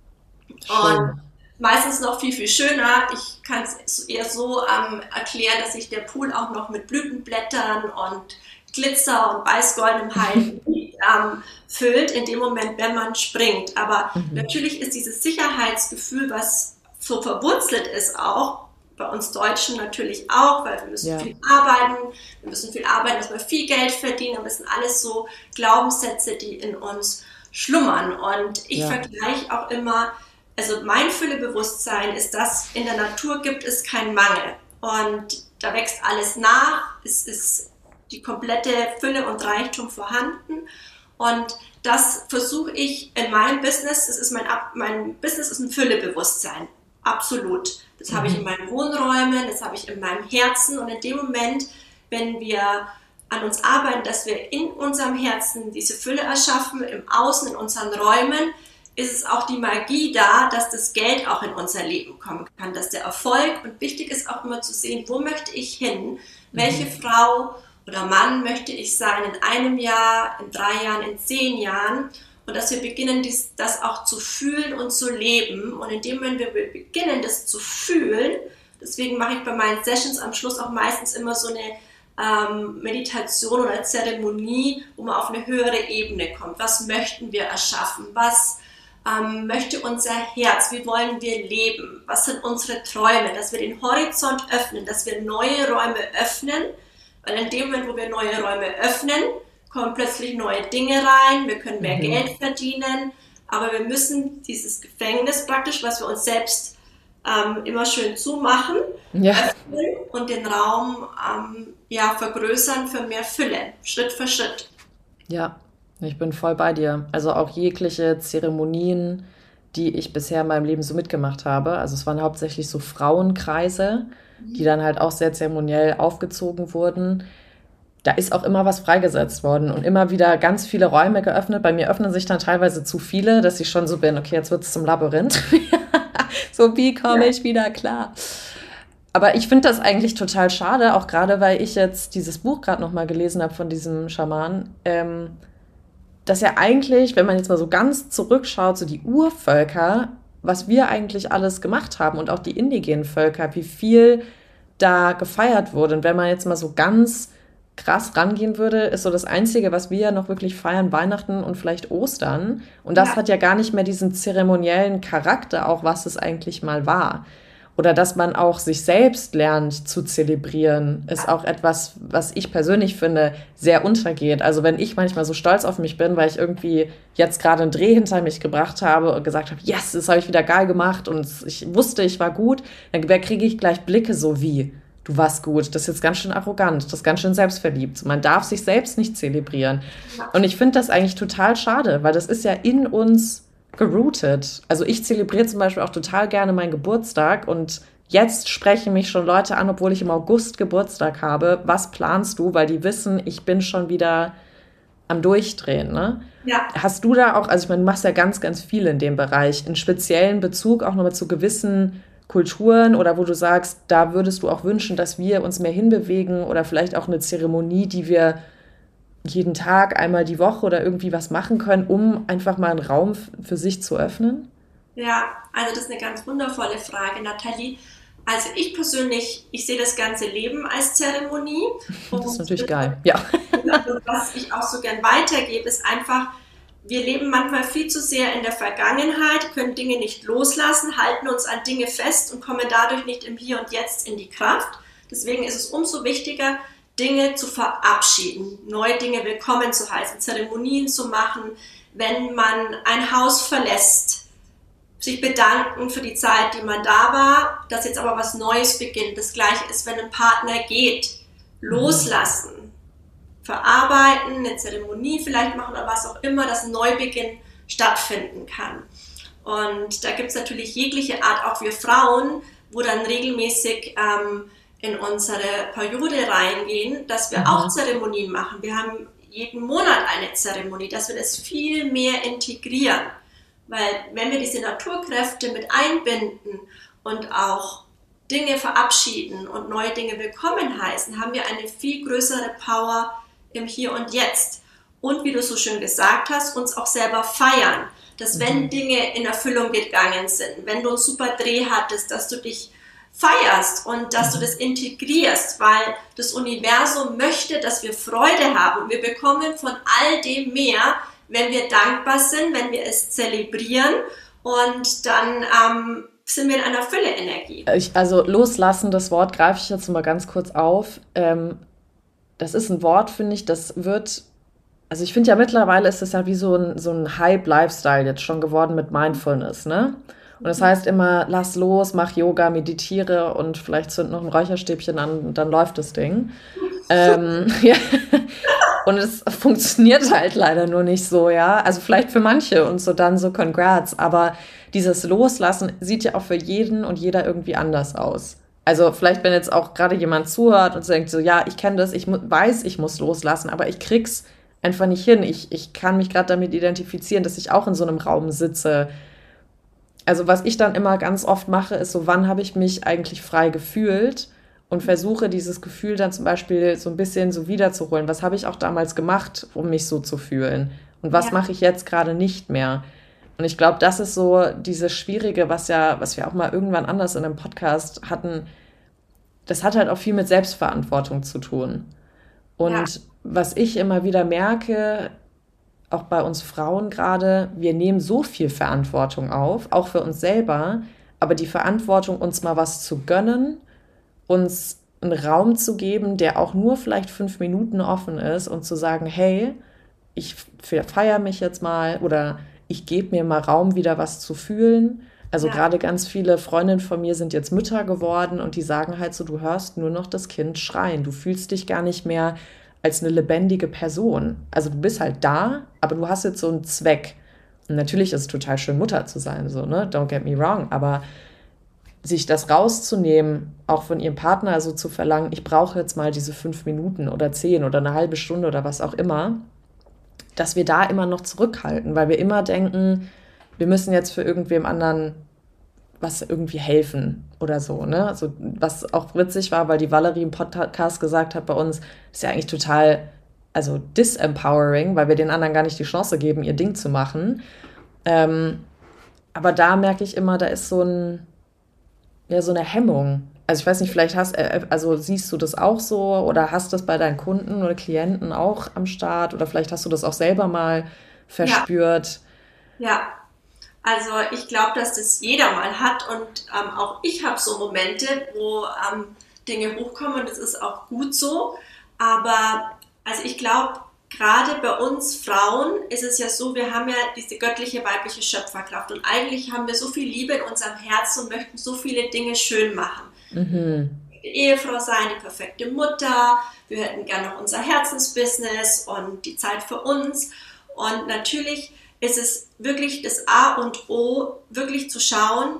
schön. Und meistens noch viel, viel schöner. Ich kann es eher so ähm, erklären, dass sich der Pool auch noch mit Blütenblättern und Glitzer und weiß-goldenem Heil ähm, füllt, in dem Moment, wenn man springt. Aber Mhm. natürlich ist dieses Sicherheitsgefühl, was so verwurzelt ist auch, bei uns Deutschen natürlich auch, weil wir müssen Ja. viel arbeiten, wir müssen viel arbeiten, dass wir viel Geld verdienen, aber das sind alles so Glaubenssätze, die in uns schlummern. Und ich Ja. vergleiche auch immer, also mein Füllebewusstsein ist das, in der Natur gibt es keinen Mangel. Und da wächst alles nach, es ist die komplette Fülle und Reichtum vorhanden. Und das versuche ich in meinem Business, das ist mein, mein Business ist ein Füllebewusstsein, absolut. Das habe ich in meinen Wohnräumen, das habe ich in meinem Herzen. Und in dem Moment, wenn wir an uns arbeiten, dass wir in unserem Herzen diese Fülle erschaffen, im Außen, in unseren Räumen, ist es auch die Magie da, dass das Geld auch in unser Leben kommen kann, dass der Erfolg, und wichtig ist auch immer zu sehen, wo möchte ich hin, welche Frau oder Mann möchte ich sein in einem Jahr, in drei Jahren, in zehn Jahren, und dass wir beginnen, dies, das auch zu fühlen und zu leben. Und indem wenn wir beginnen, das zu fühlen, deswegen mache ich bei meinen Sessions am Schluss auch meistens immer so eine ähm, Meditation oder Zeremonie, wo man auf eine höhere Ebene kommt. Was möchten wir erschaffen? Was ähm, möchte unser Herz? Wie wollen wir leben? Was sind unsere Träume? Dass wir den Horizont öffnen, dass wir neue Räume öffnen. Weil in dem Moment, wo wir neue Räume öffnen, kommen plötzlich neue Dinge rein, wir können mehr Mhm. Geld verdienen, aber wir müssen dieses Gefängnis praktisch, was wir uns selbst ähm, immer schön zumachen, Ja. öffnen und den Raum ähm, ja, vergrößern für mehr Fülle, Schritt für Schritt. Ja, ich bin voll bei dir. Also auch jegliche Zeremonien, die ich bisher in meinem Leben so mitgemacht habe. Also es waren hauptsächlich so Frauenkreise, die dann halt auch sehr zeremoniell aufgezogen wurden. Da ist auch immer was freigesetzt worden und immer wieder ganz viele Räume geöffnet. Bei mir öffnen sich dann teilweise zu viele, dass ich schon so bin, okay, jetzt wird es zum Labyrinth. So, wie komme ich wieder klar? Aber ich finde das eigentlich total schade, auch gerade weil ich jetzt dieses Buch gerade nochmal gelesen habe von diesem Schaman, ähm, dass ja eigentlich, wenn man jetzt mal so ganz zurückschaut, so die Urvölker, was wir eigentlich alles gemacht haben und auch die indigenen Völker, wie viel da gefeiert wurde. Und wenn man jetzt mal so ganz krass rangehen würde, ist so das Einzige, was wir noch wirklich feiern, Weihnachten und vielleicht Ostern. Und das Ja. hat ja gar nicht mehr diesen zeremoniellen Charakter, auch was es eigentlich mal war. Oder dass man auch sich selbst lernt zu zelebrieren, ist auch etwas, was ich persönlich finde, sehr untergeht. Also wenn ich manchmal so stolz auf mich bin, weil ich irgendwie jetzt gerade einen Dreh hinter mich gebracht habe und gesagt habe, yes, das habe ich wieder geil gemacht und ich wusste, ich war gut, dann kriege ich gleich Blicke so wie, du warst gut, das ist jetzt ganz schön arrogant, das ist ganz schön selbstverliebt. Man darf sich selbst nicht zelebrieren. Und ich finde das eigentlich total schade, weil das ist ja in uns gerootet. Also ich zelebriere zum Beispiel auch total gerne meinen Geburtstag und jetzt sprechen mich schon Leute an, obwohl ich im August Geburtstag habe. Was planst du? Weil die wissen, ich bin schon wieder am Durchdrehen, ne? Ja. Hast du da auch, also ich meine, du machst ja ganz, ganz viel in dem Bereich, einen speziellen Bezug auch nochmal zu gewissen Kulturen oder wo du sagst, da würdest du auch wünschen, dass wir uns mehr hinbewegen oder vielleicht auch eine Zeremonie, die wir jeden Tag, einmal die Woche oder irgendwie was machen können, um einfach mal einen Raum für sich zu öffnen? Ja, also das ist eine ganz wundervolle Frage, Nathalie. Also ich persönlich, ich sehe das ganze Leben als Zeremonie. Das ist natürlich geil, ja. Und was ich auch so gern weitergebe, ist einfach, wir leben manchmal viel zu sehr in der Vergangenheit, können Dinge nicht loslassen, halten uns an Dinge fest und kommen dadurch nicht im Hier und Jetzt in die Kraft. Deswegen ist es umso wichtiger, Dinge zu verabschieden, neue Dinge willkommen zu heißen, Zeremonien zu machen, wenn man ein Haus verlässt, sich bedanken für die Zeit, die man da war, dass jetzt aber was Neues beginnt. Das Gleiche ist, wenn ein Partner geht, loslassen, verarbeiten, eine Zeremonie vielleicht machen oder was auch immer, dass ein Neubeginn stattfinden kann. Und da gibt es natürlich jegliche Art, auch wir Frauen, wo dann regelmäßig ähm, in unsere Periode reingehen, dass wir mhm. auch Zeremonien machen. Wir haben jeden Monat eine Zeremonie, dass wir das viel mehr integrieren. Weil wenn wir diese Naturkräfte mit einbinden und auch Dinge verabschieden und neue Dinge willkommen heißen, haben wir eine viel größere Power im Hier und Jetzt. Und wie du so schön gesagt hast, uns auch selber feiern. Dass wenn mhm. Dinge in Erfüllung gegangen sind, wenn du einen super Dreh hattest, dass du dich feierst und dass du das integrierst, weil das Universum möchte, dass wir Freude haben. Und wir bekommen von all dem mehr, wenn wir dankbar sind, wenn wir es zelebrieren und dann ähm, sind wir in einer Fülle-Energie. Ich, also loslassen, das Wort greife ich jetzt mal ganz kurz auf. Ähm, das ist ein Wort, finde ich, das wird, also ich finde ja mittlerweile ist das ja wie so ein, so ein Hype-Lifestyle jetzt schon geworden mit Mindfulness, ne? Und das heißt immer, lass los, mach Yoga, meditiere und vielleicht zünd noch ein Räucherstäbchen an und dann läuft das Ding. ähm, ja. Und es funktioniert halt leider nur nicht so, ja. Also vielleicht für manche und so dann so congrats, aber dieses Loslassen sieht ja auch für jeden und jeder irgendwie anders aus. Also vielleicht, wenn jetzt auch gerade jemand zuhört und denkt so, ja, ich kenne das, ich mu- weiß, ich muss loslassen, aber ich krieg's einfach nicht hin. Ich, ich kann mich gerade damit identifizieren, dass ich auch in so einem Raum sitze. Also was ich dann immer ganz oft mache, ist so, wann habe ich mich eigentlich frei gefühlt und versuche dieses Gefühl dann zum Beispiel so ein bisschen so wiederzuholen. Was habe ich auch damals gemacht, um mich so zu fühlen? Und was ja. mache ich jetzt gerade nicht mehr? Und ich glaube, das ist so dieses Schwierige, was ja, was wir auch mal irgendwann anders in einem Podcast hatten. Das hat halt auch viel mit Selbstverantwortung zu tun. Und ja. was ich immer wieder merke, auch bei uns Frauen gerade, wir nehmen so viel Verantwortung auf, auch für uns selber, aber die Verantwortung, uns mal was zu gönnen, uns einen Raum zu geben, der auch nur vielleicht fünf Minuten offen ist und zu sagen, hey, ich feiere mich jetzt mal oder ich gebe mir mal Raum, wieder was zu fühlen. Also ja. gerade ganz viele Freundinnen von mir sind jetzt Mütter geworden und die sagen halt so, du hörst nur noch das Kind schreien, du fühlst dich gar nicht mehr als eine lebendige Person. Also du bist halt da, aber du hast jetzt so einen Zweck. Und natürlich ist es total schön, Mutter zu sein, so, ne? Don't get me wrong, aber sich das rauszunehmen, auch von ihrem Partner, also zu verlangen, ich brauche jetzt mal diese fünf Minuten oder zehn oder eine halbe Stunde oder was auch immer, dass wir da immer noch zurückhalten, weil wir immer denken, wir müssen jetzt für irgendwem anderen was irgendwie helfen oder so, ne? Also, was auch witzig war, weil die Valerie im Podcast gesagt hat bei uns, ist ja eigentlich total, also disempowering, weil wir den anderen gar nicht die Chance geben, ihr Ding zu machen. Ähm, aber da merke ich immer, da ist so ein, ja, so eine Hemmung. Also ich weiß nicht, vielleicht hast, also siehst du das auch so oder hast das bei deinen Kunden oder Klienten auch am Start oder vielleicht hast du das auch selber mal verspürt? Ja, ja. Also ich glaube, dass das jeder mal hat und ähm, auch ich habe so Momente, wo ähm, Dinge hochkommen und das ist auch gut so. Aber also ich glaube, gerade bei uns Frauen ist es ja so, wir haben ja diese göttliche weibliche Schöpferkraft und eigentlich haben wir so viel Liebe in unserem Herzen und möchten so viele Dinge schön machen. Mhm. Die Ehefrau sein, die perfekte Mutter, wir hätten gerne noch unser Herzensbusiness und die Zeit für uns und natürlich ist es wirklich das A und O, wirklich zu schauen,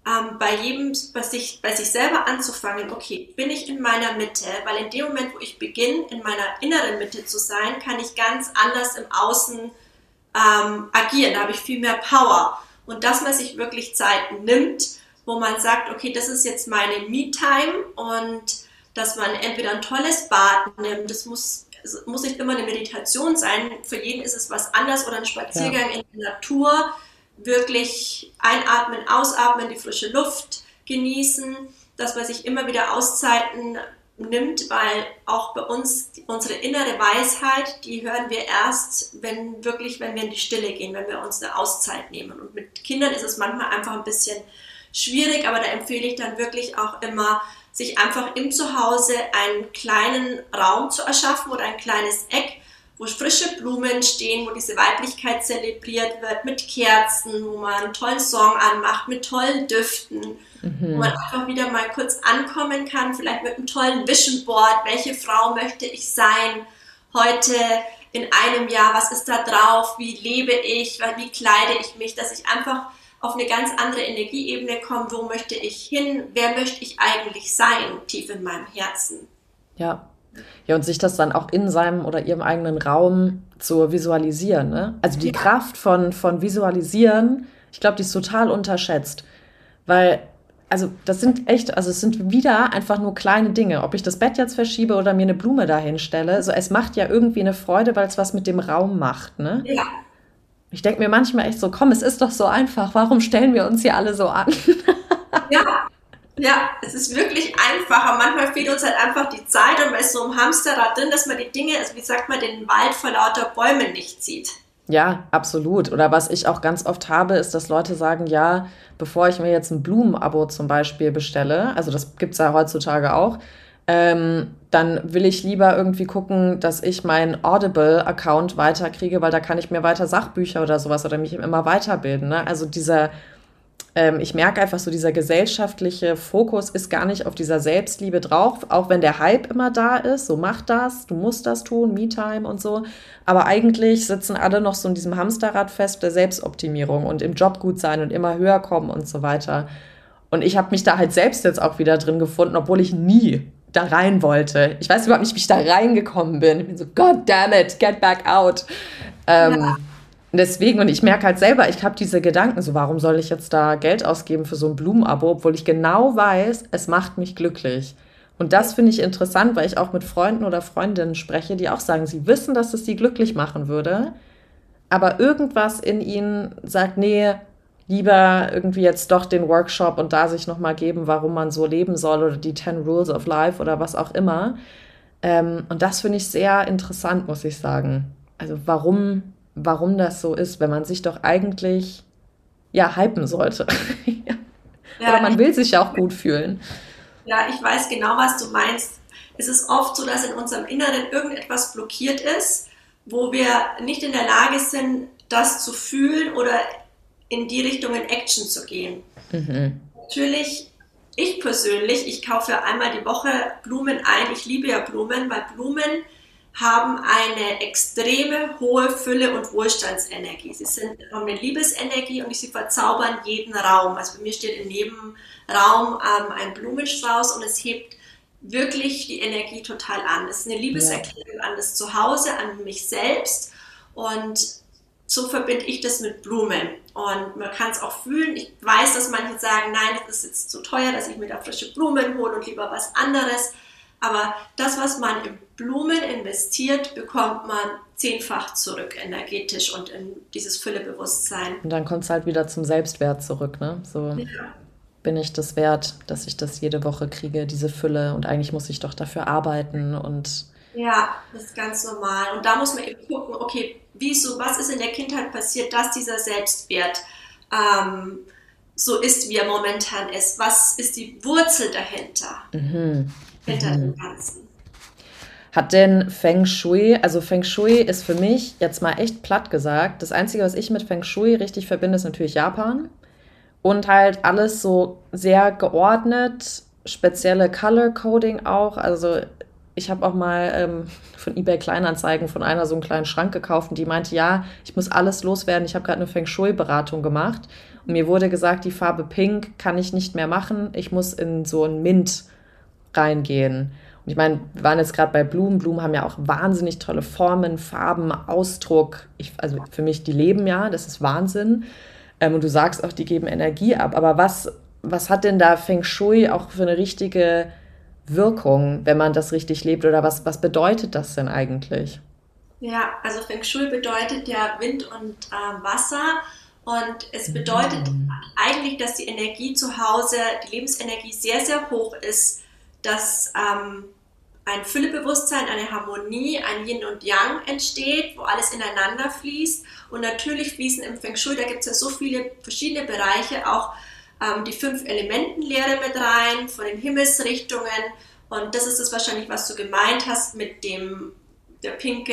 ähm, bei jedem, bei sich, bei sich selber anzufangen, okay, bin ich in meiner Mitte? Weil in dem Moment, wo ich beginne, in meiner inneren Mitte zu sein, kann ich ganz anders im Außen ähm, agieren. Da habe ich viel mehr Power. Und dass man sich wirklich Zeiten nimmt, wo man sagt, okay, das ist jetzt meine Me-Time und dass man entweder ein tolles Bad nimmt, das muss, es muss nicht immer eine Meditation sein, für jeden ist es was anderes, oder ein Spaziergang ja. in der Natur, wirklich einatmen, ausatmen, die frische Luft genießen, dass man sich immer wieder Auszeiten nimmt, weil auch bei uns unsere innere Weisheit, die hören wir erst, wenn wirklich, wenn wir in die Stille gehen, wenn wir uns eine Auszeit nehmen. Und mit Kindern ist es manchmal einfach ein bisschen schwierig, aber da empfehle ich dann wirklich auch immer, sich einfach im Zuhause einen kleinen Raum zu erschaffen oder ein kleines Eck, wo frische Blumen stehen, wo diese Weiblichkeit zelebriert wird, mit Kerzen, wo man einen tollen Song anmacht, mit tollen Düften, mhm. wo man einfach wieder mal kurz ankommen kann, vielleicht mit einem tollen Vision Board, welche Frau möchte ich sein heute in einem Jahr, was ist da drauf, wie lebe ich, wie kleide ich mich, dass ich einfach auf eine ganz andere Energieebene komme, wo möchte ich hin, wer möchte ich eigentlich sein, tief in meinem Herzen. Ja. Ja, und sich das dann auch in seinem oder ihrem eigenen Raum zu visualisieren. Ne? Also die ja. Kraft von, von Visualisieren, ich glaube, die ist total unterschätzt. Weil, also das sind echt, also es sind wieder einfach nur kleine Dinge. Ob ich das Bett jetzt verschiebe oder mir eine Blume dahin stelle, so, es macht ja irgendwie eine Freude, weil es was mit dem Raum macht. Ne? Ja. Ich denke mir manchmal echt so, komm, es ist doch so einfach. Warum stellen wir uns hier alle so an? Ja. Ja, es ist wirklich einfacher. Manchmal fehlt uns halt einfach die Zeit und man ist so im Hamsterrad drin, dass man die Dinge, also wie sagt man, den Wald vor lauter Bäumen nicht sieht. Ja, absolut. Oder was ich auch ganz oft habe, ist, dass Leute sagen, ja, bevor ich mir jetzt ein Blumenabo zum Beispiel bestelle, also das gibt's ja heutzutage auch, ähm, dann will ich lieber irgendwie gucken, dass ich meinen Audible-Account weiterkriege, weil da kann ich mir weiter Sachbücher oder sowas oder mich immer weiterbilden. Ne? Also dieser Ich merke einfach so, dieser gesellschaftliche Fokus ist gar nicht auf dieser Selbstliebe drauf, auch wenn der Hype immer da ist, so mach das, du musst das tun, Me-Time und so. Aber eigentlich sitzen alle noch so in diesem Hamsterrad fest der Selbstoptimierung und im Job gut sein und immer höher kommen und so weiter. Und ich habe mich da halt selbst jetzt auch wieder drin gefunden, obwohl ich nie da rein wollte. Ich weiß überhaupt nicht, wie ich da reingekommen bin. Ich bin so, God damn it, get back out. Ähm, ja. Deswegen, und ich merke halt selber, ich habe diese Gedanken, so warum soll ich jetzt da Geld ausgeben für so ein Blumenabo, obwohl ich genau weiß, es macht mich glücklich. Und das finde ich interessant, weil ich auch mit Freunden oder Freundinnen spreche, die auch sagen, sie wissen, dass es sie glücklich machen würde, aber irgendwas in ihnen sagt, nee, lieber irgendwie jetzt doch den Workshop und da sich nochmal geben, warum man so leben soll oder die ten Rules of Life oder was auch immer. Und das finde ich sehr interessant, muss ich sagen. Also warum... warum das so ist, wenn man sich doch eigentlich, ja, hypen sollte. ja, Oder man will sich ja auch gut fühlen. Ja, ich weiß genau, was du meinst. Es ist oft so, dass in unserem Inneren irgendetwas blockiert ist, wo wir nicht in der Lage sind, das zu fühlen oder in die Richtung in Action zu gehen. Mhm. Natürlich, ich persönlich, ich kaufe ja einmal die Woche Blumen ein. Ich liebe ja Blumen, weil Blumen haben eine extreme hohe Fülle und Wohlstandsenergie. Sie sind haben eine Liebesenergie und sie verzaubern jeden Raum. Also bei mir steht in jedem Raum ähm, ein Blumenstrauß und es hebt wirklich die Energie total an. Es ist eine Liebeserklärung ja. an das Zuhause, an mich selbst und so verbinde ich das mit Blumen. Und man kann es auch fühlen. Ich weiß, dass manche sagen, nein, das ist jetzt zu teuer, dass ich mir da frische Blumen hole und lieber was anderes. Aber das, was man in Blumen investiert, bekommt man zehnfach zurück energetisch und in dieses Füllebewusstsein. Und dann kommt es halt wieder zum Selbstwert zurück, ne? So ja. Bin ich das wert, dass ich das jede Woche kriege, diese Fülle. Und eigentlich muss ich doch dafür arbeiten und... Ja, das ist ganz normal. Und da muss man eben gucken, okay, wieso, was ist in der Kindheit passiert, dass dieser Selbstwert ähm, so ist, wie er momentan ist? Was ist die Wurzel dahinter? Mhm. Hinter mhm. dem Ganzen. Hat denn Feng Shui, also Feng Shui ist für mich, jetzt mal echt platt gesagt, das Einzige, was ich mit Feng Shui richtig verbinde, ist natürlich Japan. Und halt alles so sehr geordnet, spezielle Color Coding auch. Also ich habe auch mal ähm, von eBay Kleinanzeigen von einer so einen kleinen Schrank gekauft und die meinte, ja, ich muss alles loswerden, ich habe gerade eine Feng Shui-Beratung gemacht. Mir wurde gesagt, die Farbe Pink kann ich nicht mehr machen. Ich muss in so ein Mint reingehen. Und ich meine, wir waren jetzt gerade bei Blumen. Blumen haben ja auch wahnsinnig tolle Formen, Farben, Ausdruck. Ich, also für mich, die leben ja, das ist Wahnsinn. Ähm, und du sagst auch, die geben Energie ab. Aber was, was hat denn da Feng Shui auch für eine richtige Wirkung, wenn man das richtig lebt? Oder was, was bedeutet das denn eigentlich? Ja, also Feng Shui bedeutet ja Wind und äh, Wasser. Und es bedeutet mhm. eigentlich, dass die Energie zu Hause, die Lebensenergie sehr, sehr hoch ist, dass ähm, ein Füllebewusstsein, eine Harmonie, ein Yin und Yang entsteht, wo alles ineinander fließt. Und natürlich fließen im Feng Shui, da gibt es ja so viele verschiedene Bereiche, auch ähm, die fünf Elementenlehre mit rein, von den Himmelsrichtungen. Und das ist das wahrscheinlich, was du gemeint hast mit dem, der pinke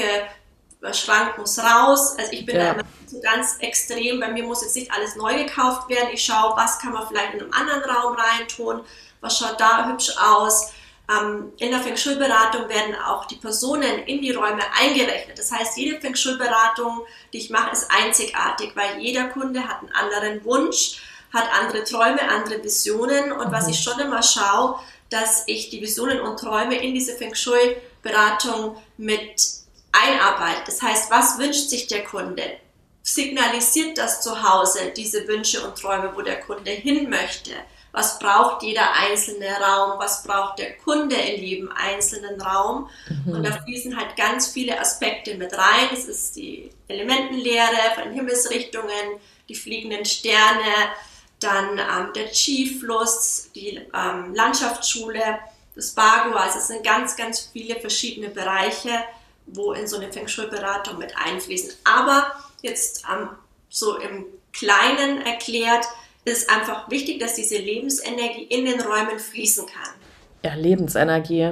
Schrank muss raus. Also ich bin ja. da immer so ganz extrem, bei mir muss jetzt nicht alles neu gekauft werden. Ich schaue, was kann man vielleicht in einem anderen Raum reintun, was schaut da hübsch aus. Ähm, in der Feng Shui-Beratung werden auch die Personen in die Räume eingerechnet. Das heißt, jede Feng Shui-Beratung, die ich mache, ist einzigartig, weil jeder Kunde hat einen anderen Wunsch, hat andere Träume, andere Visionen. Und mhm. was ich schon immer schaue, dass ich die Visionen und Träume in diese Feng Shui-Beratung mit einarbeitet. Das heißt, was wünscht sich der Kunde? Signalisiert das zu Hause diese Wünsche und Träume, wo der Kunde hin möchte? Was braucht jeder einzelne Raum? Was braucht der Kunde in jedem einzelnen Raum? Mhm. Und da fließen halt ganz viele Aspekte mit rein. Es ist die Elementenlehre von den Himmelsrichtungen, die fliegenden Sterne, dann ähm, der Qi-Fluss, die ähm, Landschaftsschule, das Bagua. Also es sind ganz, ganz viele verschiedene Bereiche, wo in so eine Feng Shui-Beratung mit einfließen. Aber jetzt ähm, so im Kleinen erklärt, ist einfach wichtig, dass diese Lebensenergie in den Räumen fließen kann. Ja, Lebensenergie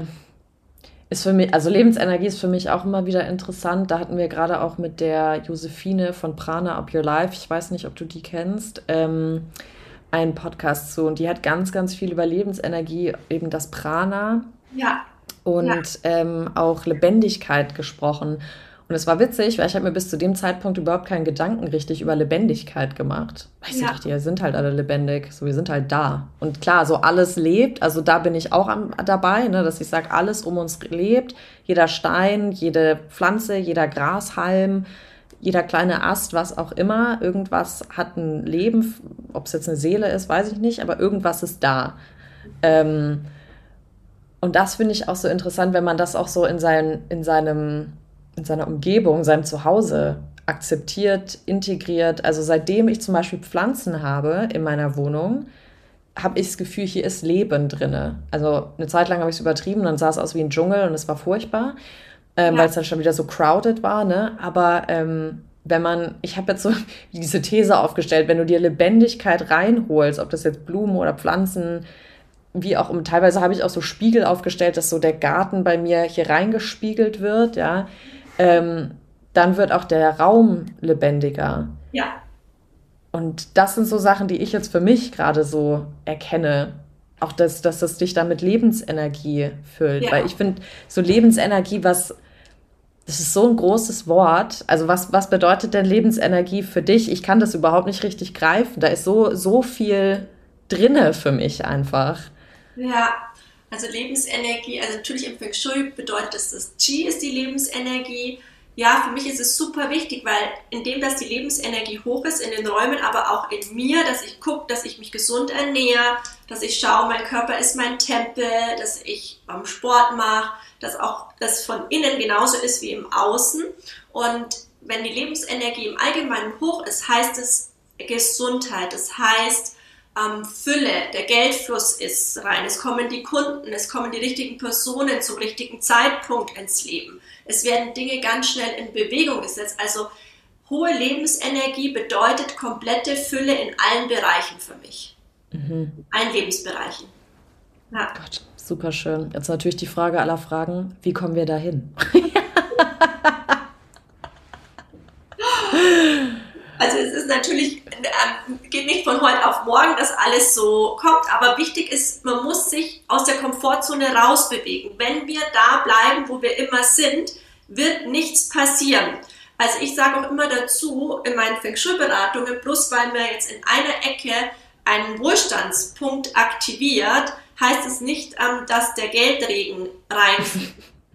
ist für mich, also Lebensenergie ist für mich auch immer wieder interessant. Da hatten wir gerade auch mit der Josephine von Prana Up Your Life, ich weiß nicht, ob du die kennst, ähm, einen Podcast zu. Und die hat ganz, ganz viel über Lebensenergie, eben das Prana. Ja. Und ja. ähm, auch Lebendigkeit gesprochen. Und es war witzig, weil ich habe mir bis zu dem Zeitpunkt überhaupt keinen Gedanken richtig über Lebendigkeit gemacht. Weißt du, ja. ich dachte, ja, sind halt alle lebendig, so wir sind halt da. Und klar, so alles lebt, also da bin ich auch am, dabei, ne, dass ich sage, alles um uns lebt. Jeder Stein, jede Pflanze, jeder Grashalm, jeder kleine Ast, was auch immer. Irgendwas hat ein Leben, ob es jetzt eine Seele ist, weiß ich nicht, aber irgendwas ist da. Ähm, Und das finde ich auch so interessant, wenn man das auch so in, sein, in, seinem, in seiner Umgebung, seinem Zuhause akzeptiert, integriert. Also seitdem ich zum Beispiel Pflanzen habe in meiner Wohnung, habe ich das Gefühl, hier ist Leben drin. Also eine Zeit lang habe ich es übertrieben, dann sah es aus wie ein Dschungel und es war furchtbar, ähm, ja. weil es dann schon wieder so crowded war. Ne? Aber ähm, wenn man, ich habe jetzt so diese These aufgestellt, wenn du dir Lebendigkeit reinholst, ob das jetzt Blumen oder Pflanzen, wie auch, teilweise habe ich auch so Spiegel aufgestellt, dass so der Garten bei mir hier reingespiegelt wird, ja, ähm, dann wird auch der Raum lebendiger. Ja. Und das sind so Sachen, die ich jetzt für mich gerade so erkenne. Auch, dass, dass das dich da mit Lebensenergie füllt. Ja. Weil ich finde, so Lebensenergie, was, das ist so ein großes Wort. Also was, was bedeutet denn Lebensenergie für dich? Ich kann das überhaupt nicht richtig greifen. Da ist so, so viel drinne für mich einfach. Ja, also Lebensenergie, also natürlich im Feng Shui bedeutet das, das Qi ist die Lebensenergie. Ja, für mich ist es super wichtig, weil indem dass die Lebensenergie hoch ist in den Räumen, aber auch in mir, dass ich gucke, dass ich mich gesund ernähre, dass ich schaue, mein Körper ist mein Tempel, dass ich ähm, Sport mache, dass auch das von innen genauso ist wie im Außen. Und wenn die Lebensenergie im Allgemeinen hoch ist, heißt es Gesundheit, das heißt ähm, Fülle, der Geldfluss ist rein, es kommen die Kunden, es kommen die richtigen Personen zum richtigen Zeitpunkt ins Leben. Es werden Dinge ganz schnell in Bewegung gesetzt. Also hohe Lebensenergie bedeutet komplette Fülle in allen Bereichen für mich. Mhm. Allen Lebensbereichen. Ja. Gott, super schön. Jetzt natürlich die Frage aller Fragen, wie kommen wir dahin? Also es ist natürlich, äh, geht nicht von heute auf morgen, dass alles so kommt, aber wichtig ist, man muss sich aus der Komfortzone rausbewegen. Wenn wir da bleiben, wo wir immer sind, wird nichts passieren. Also ich sage auch immer dazu in meinen Feng Shui-Beratungen, bloß weil man jetzt in einer Ecke einen Wohlstandspunkt aktiviert, heißt es nicht, ähm, dass der Geldregen reinfließt.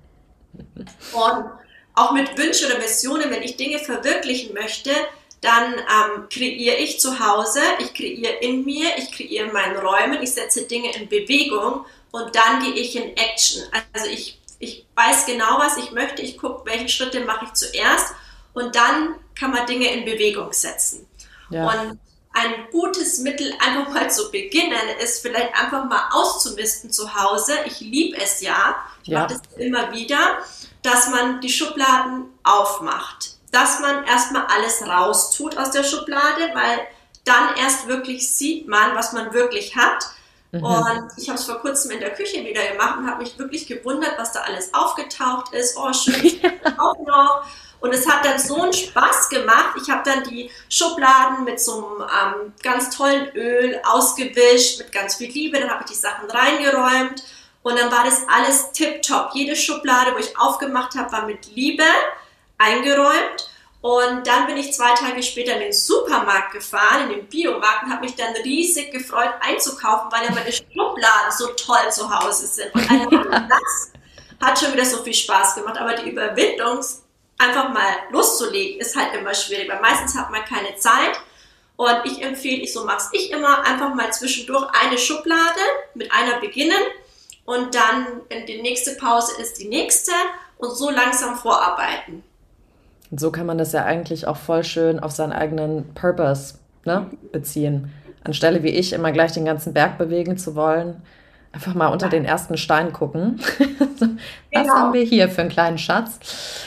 Und auch mit Wünschen oder Visionen, wenn ich Dinge verwirklichen möchte, dann ähm, kreiere ich zu Hause, ich kreiere in mir, ich kreiere in meinen Räumen, ich setze Dinge in Bewegung und dann gehe ich in Action. Also ich, ich weiß genau, was ich möchte, ich gucke, welche Schritte mache ich zuerst und dann kann man Dinge in Bewegung setzen. Ja. Und ein gutes Mittel, einfach mal zu beginnen, ist vielleicht einfach mal auszumisten zu Hause. Ich liebe es ja, ich ja. mache das immer wieder, dass man die Schubladen aufmacht. Dass man erstmal alles raustut aus der Schublade, weil dann erst wirklich sieht man, was man wirklich hat. Mhm. Und ich habe es vor kurzem in der Küche wieder gemacht und habe mich wirklich gewundert, was da alles aufgetaucht ist. Oh, schön, auch noch. Und es hat dann so einen Spaß gemacht. Ich habe dann die Schubladen mit so einem ähm, ganz tollen Öl ausgewischt, mit ganz viel Liebe. Dann habe ich die Sachen reingeräumt und dann war das alles tipptopp. Jede Schublade, wo ich aufgemacht habe, war mit Liebe eingeräumt. Und dann bin ich zwei Tage später in den Supermarkt gefahren, in den Biomarkt und habe mich dann riesig gefreut einzukaufen, weil ja meine Schubladen so toll zu Hause sind. Und allein das hat schon wieder so viel Spaß gemacht. Aber die Überwindung, einfach mal loszulegen, ist halt immer schwierig, weil meistens hat man keine Zeit. Und ich empfehle, ich, so mache ich immer, einfach mal zwischendurch eine Schublade mit einer beginnen und dann, wenn die nächste Pause ist, die nächste und so langsam vorarbeiten. Und so kann man das ja eigentlich auch voll schön auf seinen eigenen Purpose, ne, beziehen. Anstelle wie ich immer gleich den ganzen Berg bewegen zu wollen, einfach mal unter den ersten Stein gucken. Was genau. haben wir hier für einen kleinen Schatz?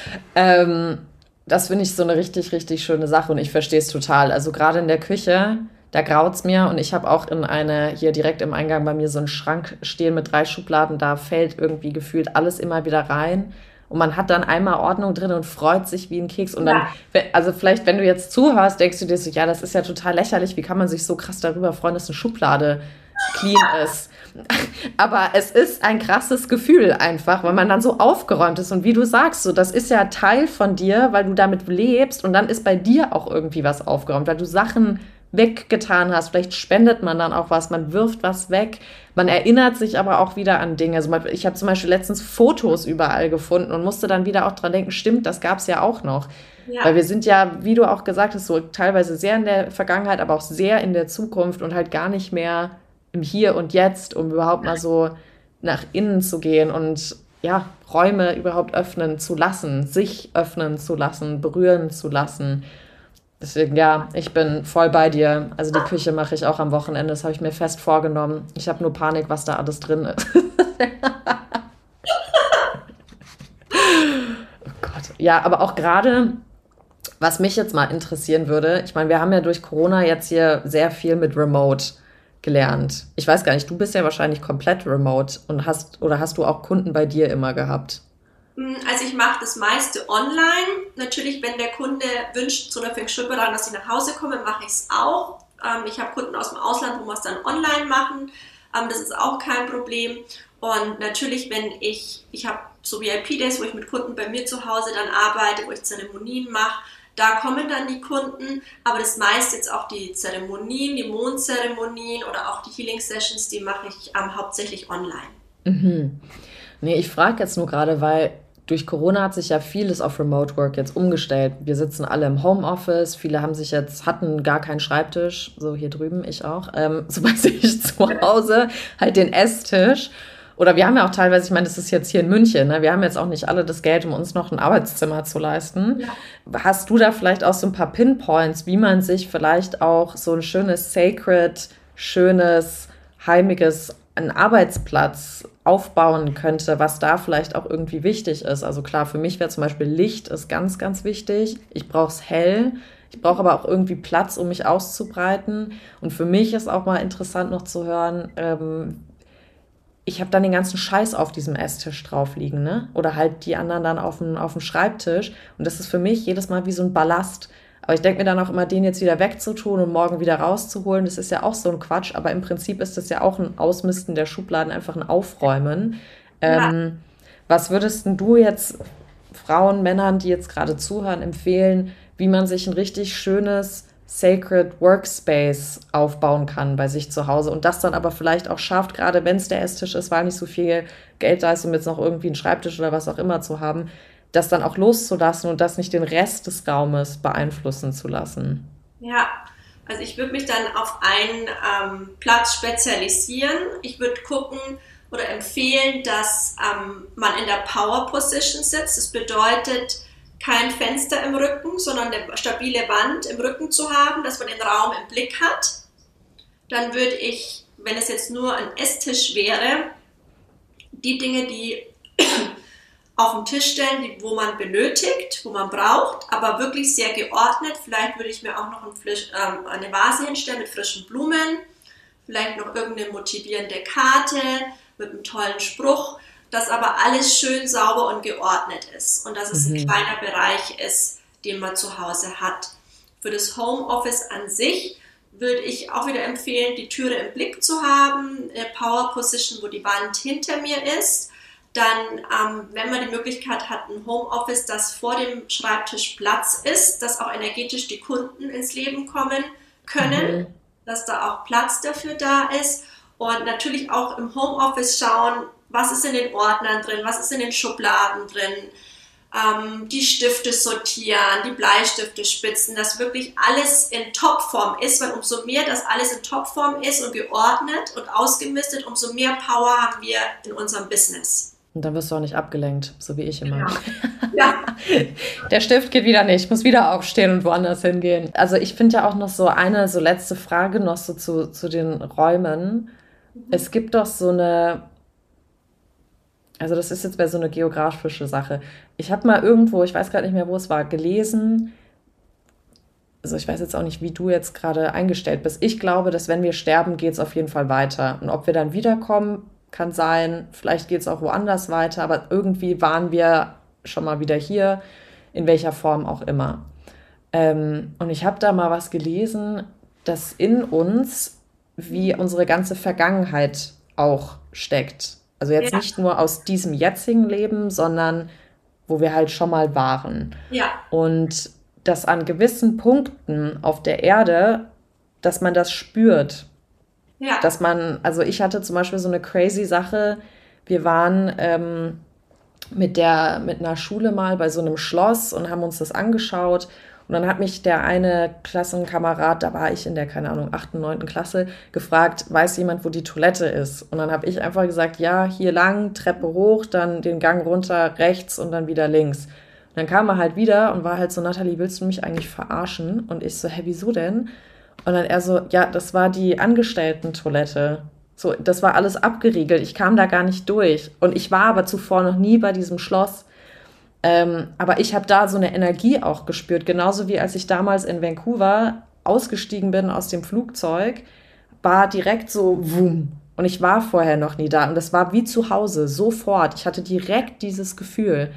Ähm, das finde ich so eine richtig, richtig schöne Sache und ich verstehe es total. Also gerade in der Küche, da graut es mir und ich habe auch in eine, hier direkt im Eingang bei mir so einen Schrank stehen mit drei Schubladen, da fällt irgendwie gefühlt alles immer wieder rein. Und man hat dann einmal Ordnung drin und freut sich wie ein Keks. Und dann, ja. also vielleicht, wenn du jetzt zuhörst, denkst du dir so, ja, das ist ja total lächerlich. Wie kann man sich so krass darüber freuen, dass eine Schublade clean ist? Aber es ist ein krasses Gefühl einfach, weil man dann so aufgeräumt ist. Und wie du sagst, so, das ist ja Teil von dir, weil du damit lebst. Und dann ist bei dir auch irgendwie was aufgeräumt, weil du Sachen weggetan hast. Vielleicht spendet man dann auch was, man wirft was weg. Man erinnert sich aber auch wieder an Dinge. Also ich habe zum Beispiel letztens Fotos überall gefunden und musste dann wieder auch dran denken, stimmt, das gab es ja auch noch. Ja. Weil wir sind ja, wie du auch gesagt hast, so teilweise sehr in der Vergangenheit, aber auch sehr in der Zukunft und halt gar nicht mehr im Hier und Jetzt, um überhaupt mal so nach innen zu gehen und ja, Räume überhaupt öffnen zu lassen, sich öffnen zu lassen, berühren zu lassen. Deswegen, ja, ich bin voll bei dir. Also die Küche mache ich auch am Wochenende, das habe ich mir fest vorgenommen. Ich habe nur Panik, was da alles drin ist. Oh Gott. Ja, aber auch gerade, was mich jetzt mal interessieren würde, ich meine, wir haben ja durch Corona jetzt hier sehr viel mit Remote gelernt. Ich weiß gar nicht, du bist ja wahrscheinlich komplett remote und hast, oder hast du auch Kunden bei dir immer gehabt? Also ich mache das meiste online. Natürlich, wenn der Kunde wünscht zu einer Feng Shui-Beratung, dass ich nach Hause komme, mache ich es auch. Ich habe Kunden aus dem Ausland, wo wir es dann online machen. Das ist auch kein Problem. Und natürlich, wenn ich, ich habe so V I P-Days, wo ich mit Kunden bei mir zu Hause dann arbeite, wo ich Zeremonien mache, da kommen dann die Kunden. Aber das meiste jetzt auch die Zeremonien, die Mondzeremonien oder auch die Healing-Sessions, die mache ich ähm, hauptsächlich online. Mhm. Nee, ich frage jetzt nur gerade, weil durch Corona hat sich ja vieles auf Remote Work jetzt umgestellt. Wir sitzen alle im Homeoffice, viele haben sich jetzt, hatten gar keinen Schreibtisch, so hier drüben, ich auch, ähm, so bei sich zu Hause, halt den Esstisch. Oder wir haben ja auch teilweise, ich meine, das ist jetzt hier in München, ne? Wir haben jetzt auch nicht alle das Geld, um uns noch ein Arbeitszimmer zu leisten. Ja. Hast du da vielleicht auch so ein paar Pinpoints, wie man sich vielleicht auch so ein schönes Sacred, schönes, heimiges, einen Arbeitsplatz aufbauen könnte, was da vielleicht auch irgendwie wichtig ist. Also klar, für mich wäre zum Beispiel Licht ist ganz, ganz wichtig. Ich brauche es hell. Ich brauche aber auch irgendwie Platz, um mich auszubreiten. Und für mich ist auch mal interessant noch zu hören, ähm, ich habe dann den ganzen Scheiß auf diesem Esstisch drauf liegen, ne? Oder halt die anderen dann auf dem, auf dem Schreibtisch. Und das ist für mich jedes Mal wie so ein Ballast. Aber ich denke mir dann auch immer, den jetzt wieder wegzutun und morgen wieder rauszuholen, das ist ja auch so ein Quatsch. Aber im Prinzip ist das ja auch ein Ausmisten der Schubladen, einfach ein Aufräumen. Ja. Ähm, was würdest du jetzt Frauen, Männern, die jetzt gerade zuhören, empfehlen, wie man sich ein richtig schönes Sacred Workspace aufbauen kann bei sich zu Hause und das dann aber vielleicht auch schafft, gerade wenn es der Esstisch ist, weil nicht so viel Geld da ist, um jetzt noch irgendwie einen Schreibtisch oder was auch immer zu haben, das dann auch loszulassen und das nicht den Rest des Raumes beeinflussen zu lassen. Ja, also ich würde mich dann auf einen ähm, Platz spezialisieren. Ich würde gucken oder empfehlen, dass ähm, man in der Power Position sitzt. Das bedeutet, kein Fenster im Rücken, sondern eine stabile Wand im Rücken zu haben, dass man den Raum im Blick hat. Dann würde ich, wenn es jetzt nur ein Esstisch wäre, die Dinge, die auf den Tisch stellen, die, wo man benötigt, wo man braucht, aber wirklich sehr geordnet. Vielleicht würde ich mir auch noch ein Frisch, ähm, eine Vase hinstellen mit frischen Blumen, vielleicht noch irgendeine motivierende Karte mit einem tollen Spruch, dass aber alles schön sauber und geordnet ist und dass es mhm. ein kleiner Bereich ist, den man zu Hause hat. Für das Homeoffice an sich würde ich auch wieder empfehlen, die Türe im Blick zu haben, eine Power Position, wo die Wand hinter mir ist. Dann, ähm, wenn man die Möglichkeit hat, ein Homeoffice, das vor dem Schreibtisch Platz ist, dass auch energetisch die Kunden ins Leben kommen können, mhm. dass da auch Platz dafür da ist. Und natürlich auch im Homeoffice schauen, was ist in den Ordnern drin, was ist in den Schubladen drin, ähm, die Stifte sortieren, die Bleistifte spitzen, dass wirklich alles in Topform ist, weil umso mehr das alles in Topform ist und geordnet und ausgemistet, umso mehr Power haben wir in unserem Business. Und dann wirst du auch nicht abgelenkt, so wie ich immer. Ja. Ja. Der Stift geht wieder nicht, ich muss wieder aufstehen und woanders hingehen. Also ich finde ja auch noch so eine so letzte Frage noch so zu, zu den Räumen. Mhm. Es gibt doch so eine, also das ist jetzt mehr so eine geografische Sache. Ich habe mal irgendwo, ich weiß gerade nicht mehr, wo es war, gelesen, also ich weiß jetzt auch nicht, wie du jetzt gerade eingestellt bist. Ich glaube, dass wenn wir sterben, geht es auf jeden Fall weiter. Und ob wir dann wiederkommen, kann sein, vielleicht geht es auch woanders weiter, aber irgendwie waren wir schon mal wieder hier, in welcher Form auch immer. Ähm, und ich habe da mal was gelesen, dass in uns wie unsere ganze Vergangenheit auch steckt. Also jetzt ja. nicht nur aus diesem jetzigen Leben, sondern wo wir halt schon mal waren. Ja. Und dass an gewissen Punkten auf der Erde, dass man das spürt. Ja. Dass man, also ich hatte zum Beispiel so eine crazy Sache, wir waren ähm, mit der, mit einer Schule mal bei so einem Schloss und haben uns das angeschaut und dann hat mich der eine Klassenkamerad, da war ich in der, keine Ahnung, achten, neunten Klasse, gefragt, weiß jemand, wo die Toilette ist? Und dann habe ich einfach gesagt, ja, hier lang, Treppe hoch, dann den Gang runter, rechts und dann wieder links. Und dann kam er halt wieder und war halt so, Nathalie, willst du mich eigentlich verarschen? Und ich so, hä, wieso denn? Und dann er so, ja, das war die Angestellten-Toilette. So, das war alles abgeriegelt. Ich kam da gar nicht durch. Und ich war aber zuvor noch nie bei diesem Schloss. Ähm, aber ich habe da so eine Energie auch gespürt. Genauso wie als ich damals in Vancouver ausgestiegen bin aus dem Flugzeug, war direkt so wum. Und ich war vorher noch nie da. Und das war wie zu Hause, sofort. Ich hatte direkt dieses Gefühl.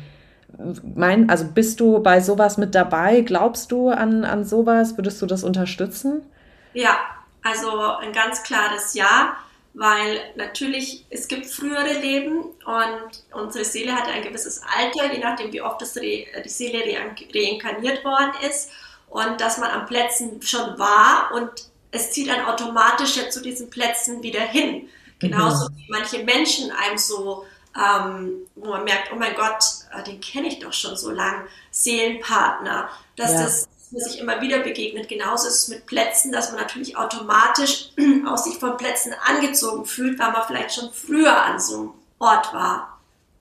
Mein, also bist du bei sowas mit dabei? Glaubst du an, an sowas? Würdest du das unterstützen? Ja, also ein ganz klares Ja, weil natürlich, es gibt frühere Leben und unsere Seele hat ein gewisses Alter, je nachdem wie oft das Re, die Seele re, reinkarniert worden ist und dass man an Plätzen schon war und es zieht dann automatisch ja zu diesen Plätzen wieder hin. Genauso mhm. wie manche Menschen einem so, ähm, wo man merkt, oh mein Gott, den kenne ich doch schon so lang, Seelenpartner, dass ja. das sich immer wieder begegnet. Genauso ist es mit Plätzen, dass man natürlich automatisch aus sich von Plätzen angezogen fühlt, weil man vielleicht schon früher an so einem Ort war.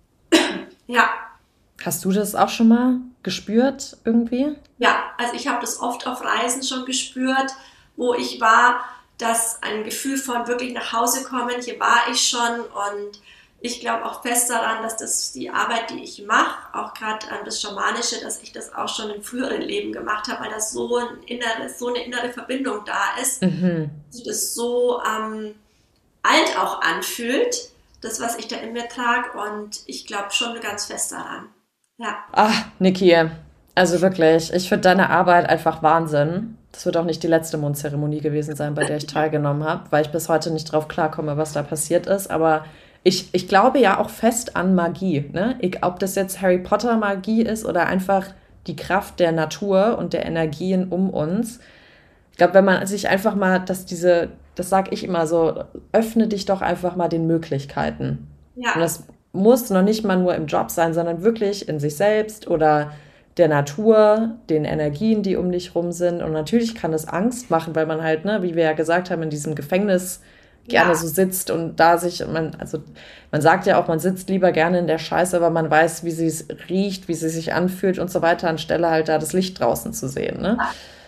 Ja. Hast du das auch schon mal gespürt irgendwie? Ja, also ich habe das oft auf Reisen schon gespürt, wo ich war, dass ein Gefühl von wirklich nach Hause kommen, hier war ich schon und ich glaube auch fest daran, dass das die Arbeit, die ich mache, auch gerade an das Schamanische, dass ich das auch schon in früheren Leben gemacht habe, weil das so, ein inneres, so eine innere Verbindung da ist, mhm. dass das so ähm, alt auch anfühlt, das, was ich da in mir trage und ich glaube schon ganz fest daran. Ja. Ach, Niki, also wirklich, ich finde deine Arbeit einfach Wahnsinn. Das wird auch nicht die letzte Mondzeremonie gewesen sein, bei der ich teilgenommen habe, weil ich bis heute nicht drauf klarkomme, was da passiert ist, aber ich, ich glaube ja auch fest an Magie, ne? Ich, ob das jetzt Harry Potter Magie ist oder einfach die Kraft der Natur und der Energien um uns. Ich glaube, wenn man sich einfach mal, dass diese, das sage ich immer so, öffne dich doch einfach mal den Möglichkeiten. Ja. Und das muss noch nicht mal nur im Job sein, sondern wirklich in sich selbst oder der Natur, den Energien, die um dich rum sind. Und natürlich kann es Angst machen, weil man halt, ne, wie wir ja gesagt haben, in diesem Gefängnis gerne Ja. so sitzt und da sich, man, also man sagt ja auch, man sitzt lieber gerne in der Scheiße, weil man weiß, wie sie es riecht, wie sie sich anfühlt und so weiter, anstelle halt da das Licht draußen zu sehen, ne?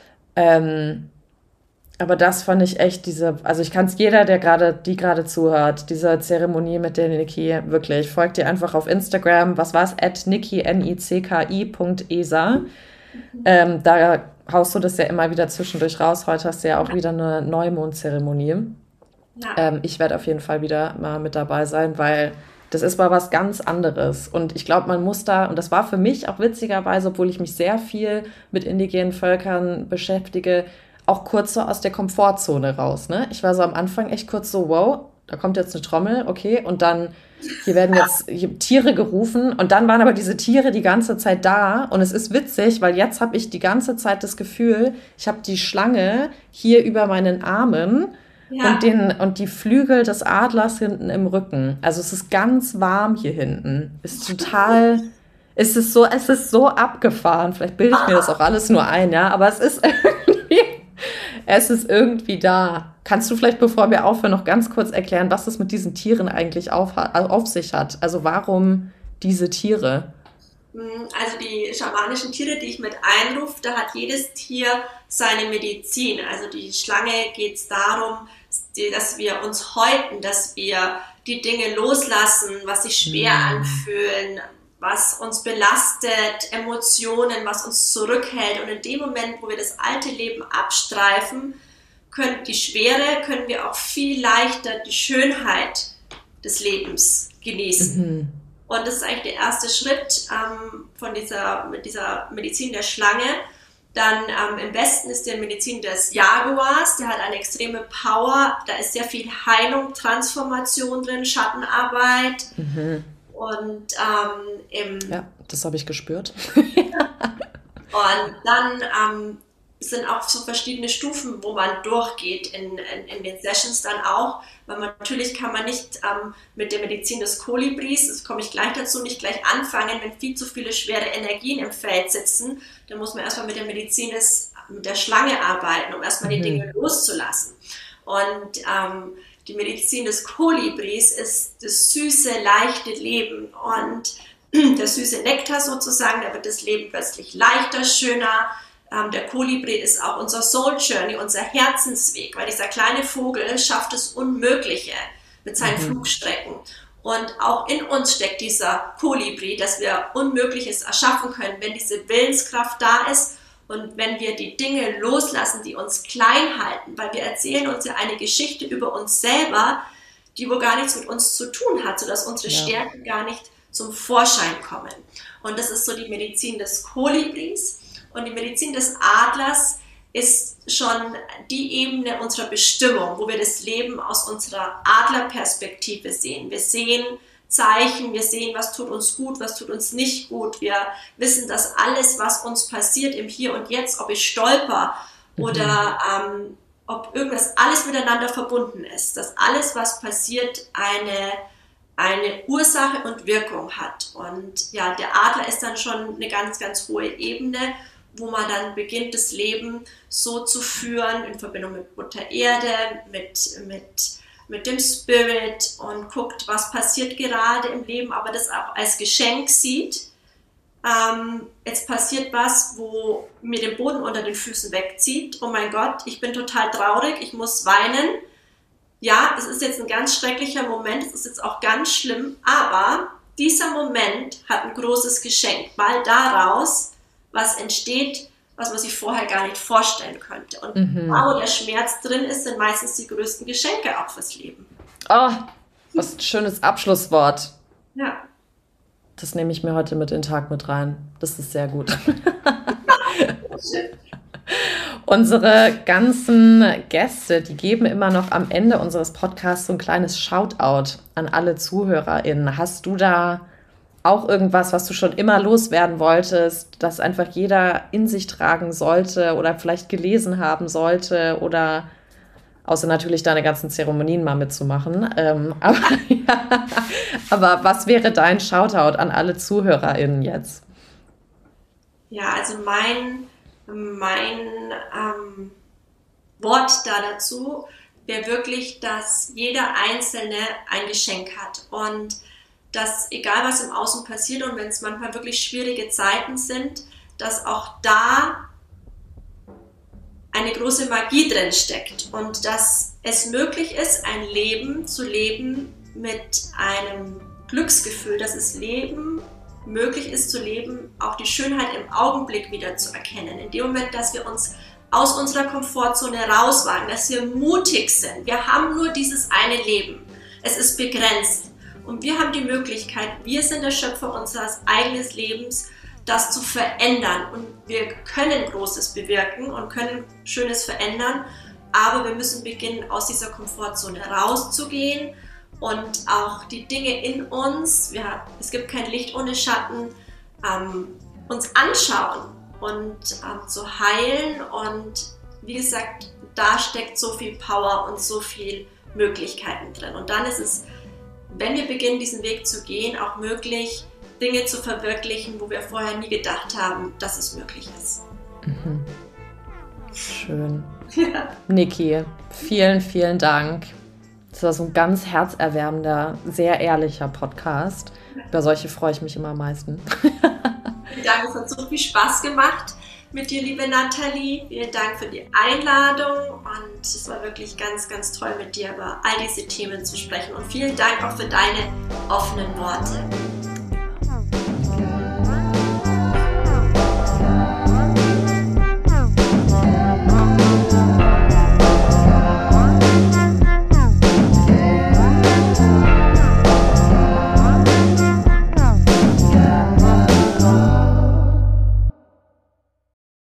Ähm, aber das fand ich echt diese, also ich kann es jeder, der gerade, die gerade zuhört, diese Zeremonie mit der Niki, wirklich, folgt ihr einfach auf Instagram, was war's, at Niki, N I C K I Punkt E S A. Ähm, da haust du das ja immer wieder zwischendurch raus. Heute hast du ja auch wieder eine Neumondzeremonie. Ja. Ähm, ich werde auf jeden Fall wieder mal mit dabei sein, weil das ist mal was ganz anderes. Und ich glaube, man muss da, und das war für mich auch witzigerweise, obwohl ich mich sehr viel mit indigenen Völkern beschäftige, auch kurz so aus der Komfortzone raus. Ne? Ich war so am Anfang echt kurz so, wow, da kommt jetzt eine Trommel, okay, und dann, hier werden jetzt hier Tiere gerufen und dann waren aber diese Tiere die ganze Zeit da und es ist witzig, weil jetzt habe ich die ganze Zeit das Gefühl, ich habe die Schlange hier über meinen Armen Ja. und, den, und die Flügel des Adlers hinten im Rücken. Also es ist ganz warm hier hinten. Ist total, es ist so, es ist so abgefahren. Vielleicht bilde ich mir das auch alles nur ein, ja, aber es ist irgendwie, es ist irgendwie da. Kannst du vielleicht, bevor wir aufhören, noch ganz kurz erklären, was es mit diesen Tieren eigentlich auf, auf sich hat? Also warum diese Tiere? Also die schamanischen Tiere, die ich mit einrufe, da hat jedes Tier seine Medizin. Also die Schlange geht es darum, dass wir uns häuten, dass wir die Dinge loslassen, was sich schwer Mm. anfühlen, was uns belastet, Emotionen, was uns zurückhält. Und in dem Moment, wo wir das alte Leben abstreifen, können die Schwere, können wir auch viel leichter die Schönheit des Lebens genießen. Mhm. Und das ist eigentlich der erste Schritt ähm, von dieser, mit dieser Medizin der Schlange. Dann ähm, im Westen ist die Medizin des Jaguars, der hat eine extreme Power, da ist sehr viel Heilung, Transformation drin, Schattenarbeit. Mhm. Und ähm, im Ja, das habe ich gespürt. Und dann ähm, sind auch so verschiedene Stufen, wo man durchgeht in, in, in den Sessions dann auch, weil man, natürlich kann man nicht ähm, mit der Medizin des Kolibris, das komme ich gleich dazu, nicht gleich anfangen, wenn viel zu viele schwere Energien im Feld sitzen, dann muss man erstmal mit der Medizin des, mit der Schlange arbeiten, um erstmal die Mhm. Dinge loszulassen. Und ähm, die Medizin des Kolibris ist das süße, leichte Leben und der süße Nektar sozusagen, da wird das Leben plötzlich leichter, schöner. Ähm, der Kolibri ist auch unser Soul Journey, unser Herzensweg, weil dieser kleine Vogel schafft das Unmögliche mit seinen Mhm. Flugstrecken. Und auch in uns steckt dieser Kolibri, dass wir Unmögliches erschaffen können, wenn diese Willenskraft da ist und wenn wir die Dinge loslassen, die uns klein halten, weil wir erzählen uns ja eine Geschichte über uns selber, die wo gar nichts mit uns zu tun hat, sodass unsere Ja. Stärken gar nicht zum Vorschein kommen. Und das ist so die Medizin des Kolibris. Und die Medizin des Adlers ist schon die Ebene unserer Bestimmung, wo wir das Leben aus unserer Adlerperspektive sehen. Wir sehen Zeichen, wir sehen, was tut uns gut, was tut uns nicht gut. Wir wissen, dass alles, was uns passiert im Hier und Jetzt, ob ich stolper Mhm. oder ähm, ob irgendwas, alles miteinander verbunden ist, dass alles, was passiert, eine eine Ursache und Wirkung hat. Und ja, der Adler ist dann schon eine ganz, ganz hohe Ebene, wo man dann beginnt, das Leben so zu führen, in Verbindung mit Mutter Erde, mit, mit, mit dem Spirit und guckt, was passiert gerade im Leben, aber das auch als Geschenk sieht. Ähm, jetzt passiert was, wo mir den Boden unter den Füßen wegzieht. Oh mein Gott, ich bin total traurig, ich muss weinen. Ja, es ist jetzt ein ganz schrecklicher Moment, es ist jetzt auch ganz schlimm, aber dieser Moment hat ein großes Geschenk, weil daraus was entsteht, was man sich vorher gar nicht vorstellen könnte. Und Mhm. da, wo der Schmerz drin ist, sind meistens die größten Geschenke auch fürs Leben. Oh, was ein schönes Abschlusswort. Ja, Das nehme ich mir heute mit in den Tag mit rein. Das ist sehr gut. schön. Unsere ganzen Gäste, die geben immer noch am Ende unseres Podcasts so ein kleines Shoutout an alle ZuhörerInnen. Hast du da auch irgendwas, was du schon immer loswerden wolltest, das einfach jeder in sich tragen sollte oder vielleicht gelesen haben sollte oder außer natürlich deine ganzen Zeremonien mal mitzumachen. Ähm, aber, ja, aber was wäre dein Shoutout an alle ZuhörerInnen jetzt? Ja, also mein Mein ähm, Wort da dazu wäre wirklich, dass jeder Einzelne ein Geschenk hat und dass egal was im Außen passiert und wenn es manchmal wirklich schwierige Zeiten sind, dass auch da eine große Magie drin steckt und dass es möglich ist, ein Leben zu leben mit einem Glücksgefühl, dass es Leben möglich ist zu leben, auch die Schönheit im Augenblick wieder zu erkennen. In dem Moment, dass wir uns aus unserer Komfortzone rauswagen, dass wir mutig sind. Wir haben nur dieses eine Leben. Es ist begrenzt. Und wir haben die Möglichkeit, wir sind der Schöpfer unseres eigenen Lebens, das zu verändern. Und wir können Großes bewirken und können Schönes verändern. Aber wir müssen beginnen, aus dieser Komfortzone rauszugehen und auch die Dinge in uns, ja, es gibt kein Licht ohne Schatten, ähm, uns anschauen und ähm, zu heilen. Und wie gesagt, da steckt so viel Power und so viel Möglichkeiten drin. Und dann ist es, wenn wir beginnen, diesen Weg zu gehen, auch möglich, Dinge zu verwirklichen, wo wir vorher nie gedacht haben, dass es möglich ist. Mhm. Schön. Ja. Niki, vielen, vielen Dank. Das war so ein ganz herzerwärmender, sehr ehrlicher Podcast. Über solche freue ich mich immer am meisten. Vielen Dank, es hat so viel Spaß gemacht mit dir, liebe Nathalie. Vielen Dank für die Einladung und es war wirklich ganz, ganz toll, mit dir über all diese Themen zu sprechen. Und vielen Dank auch für deine offenen Worte.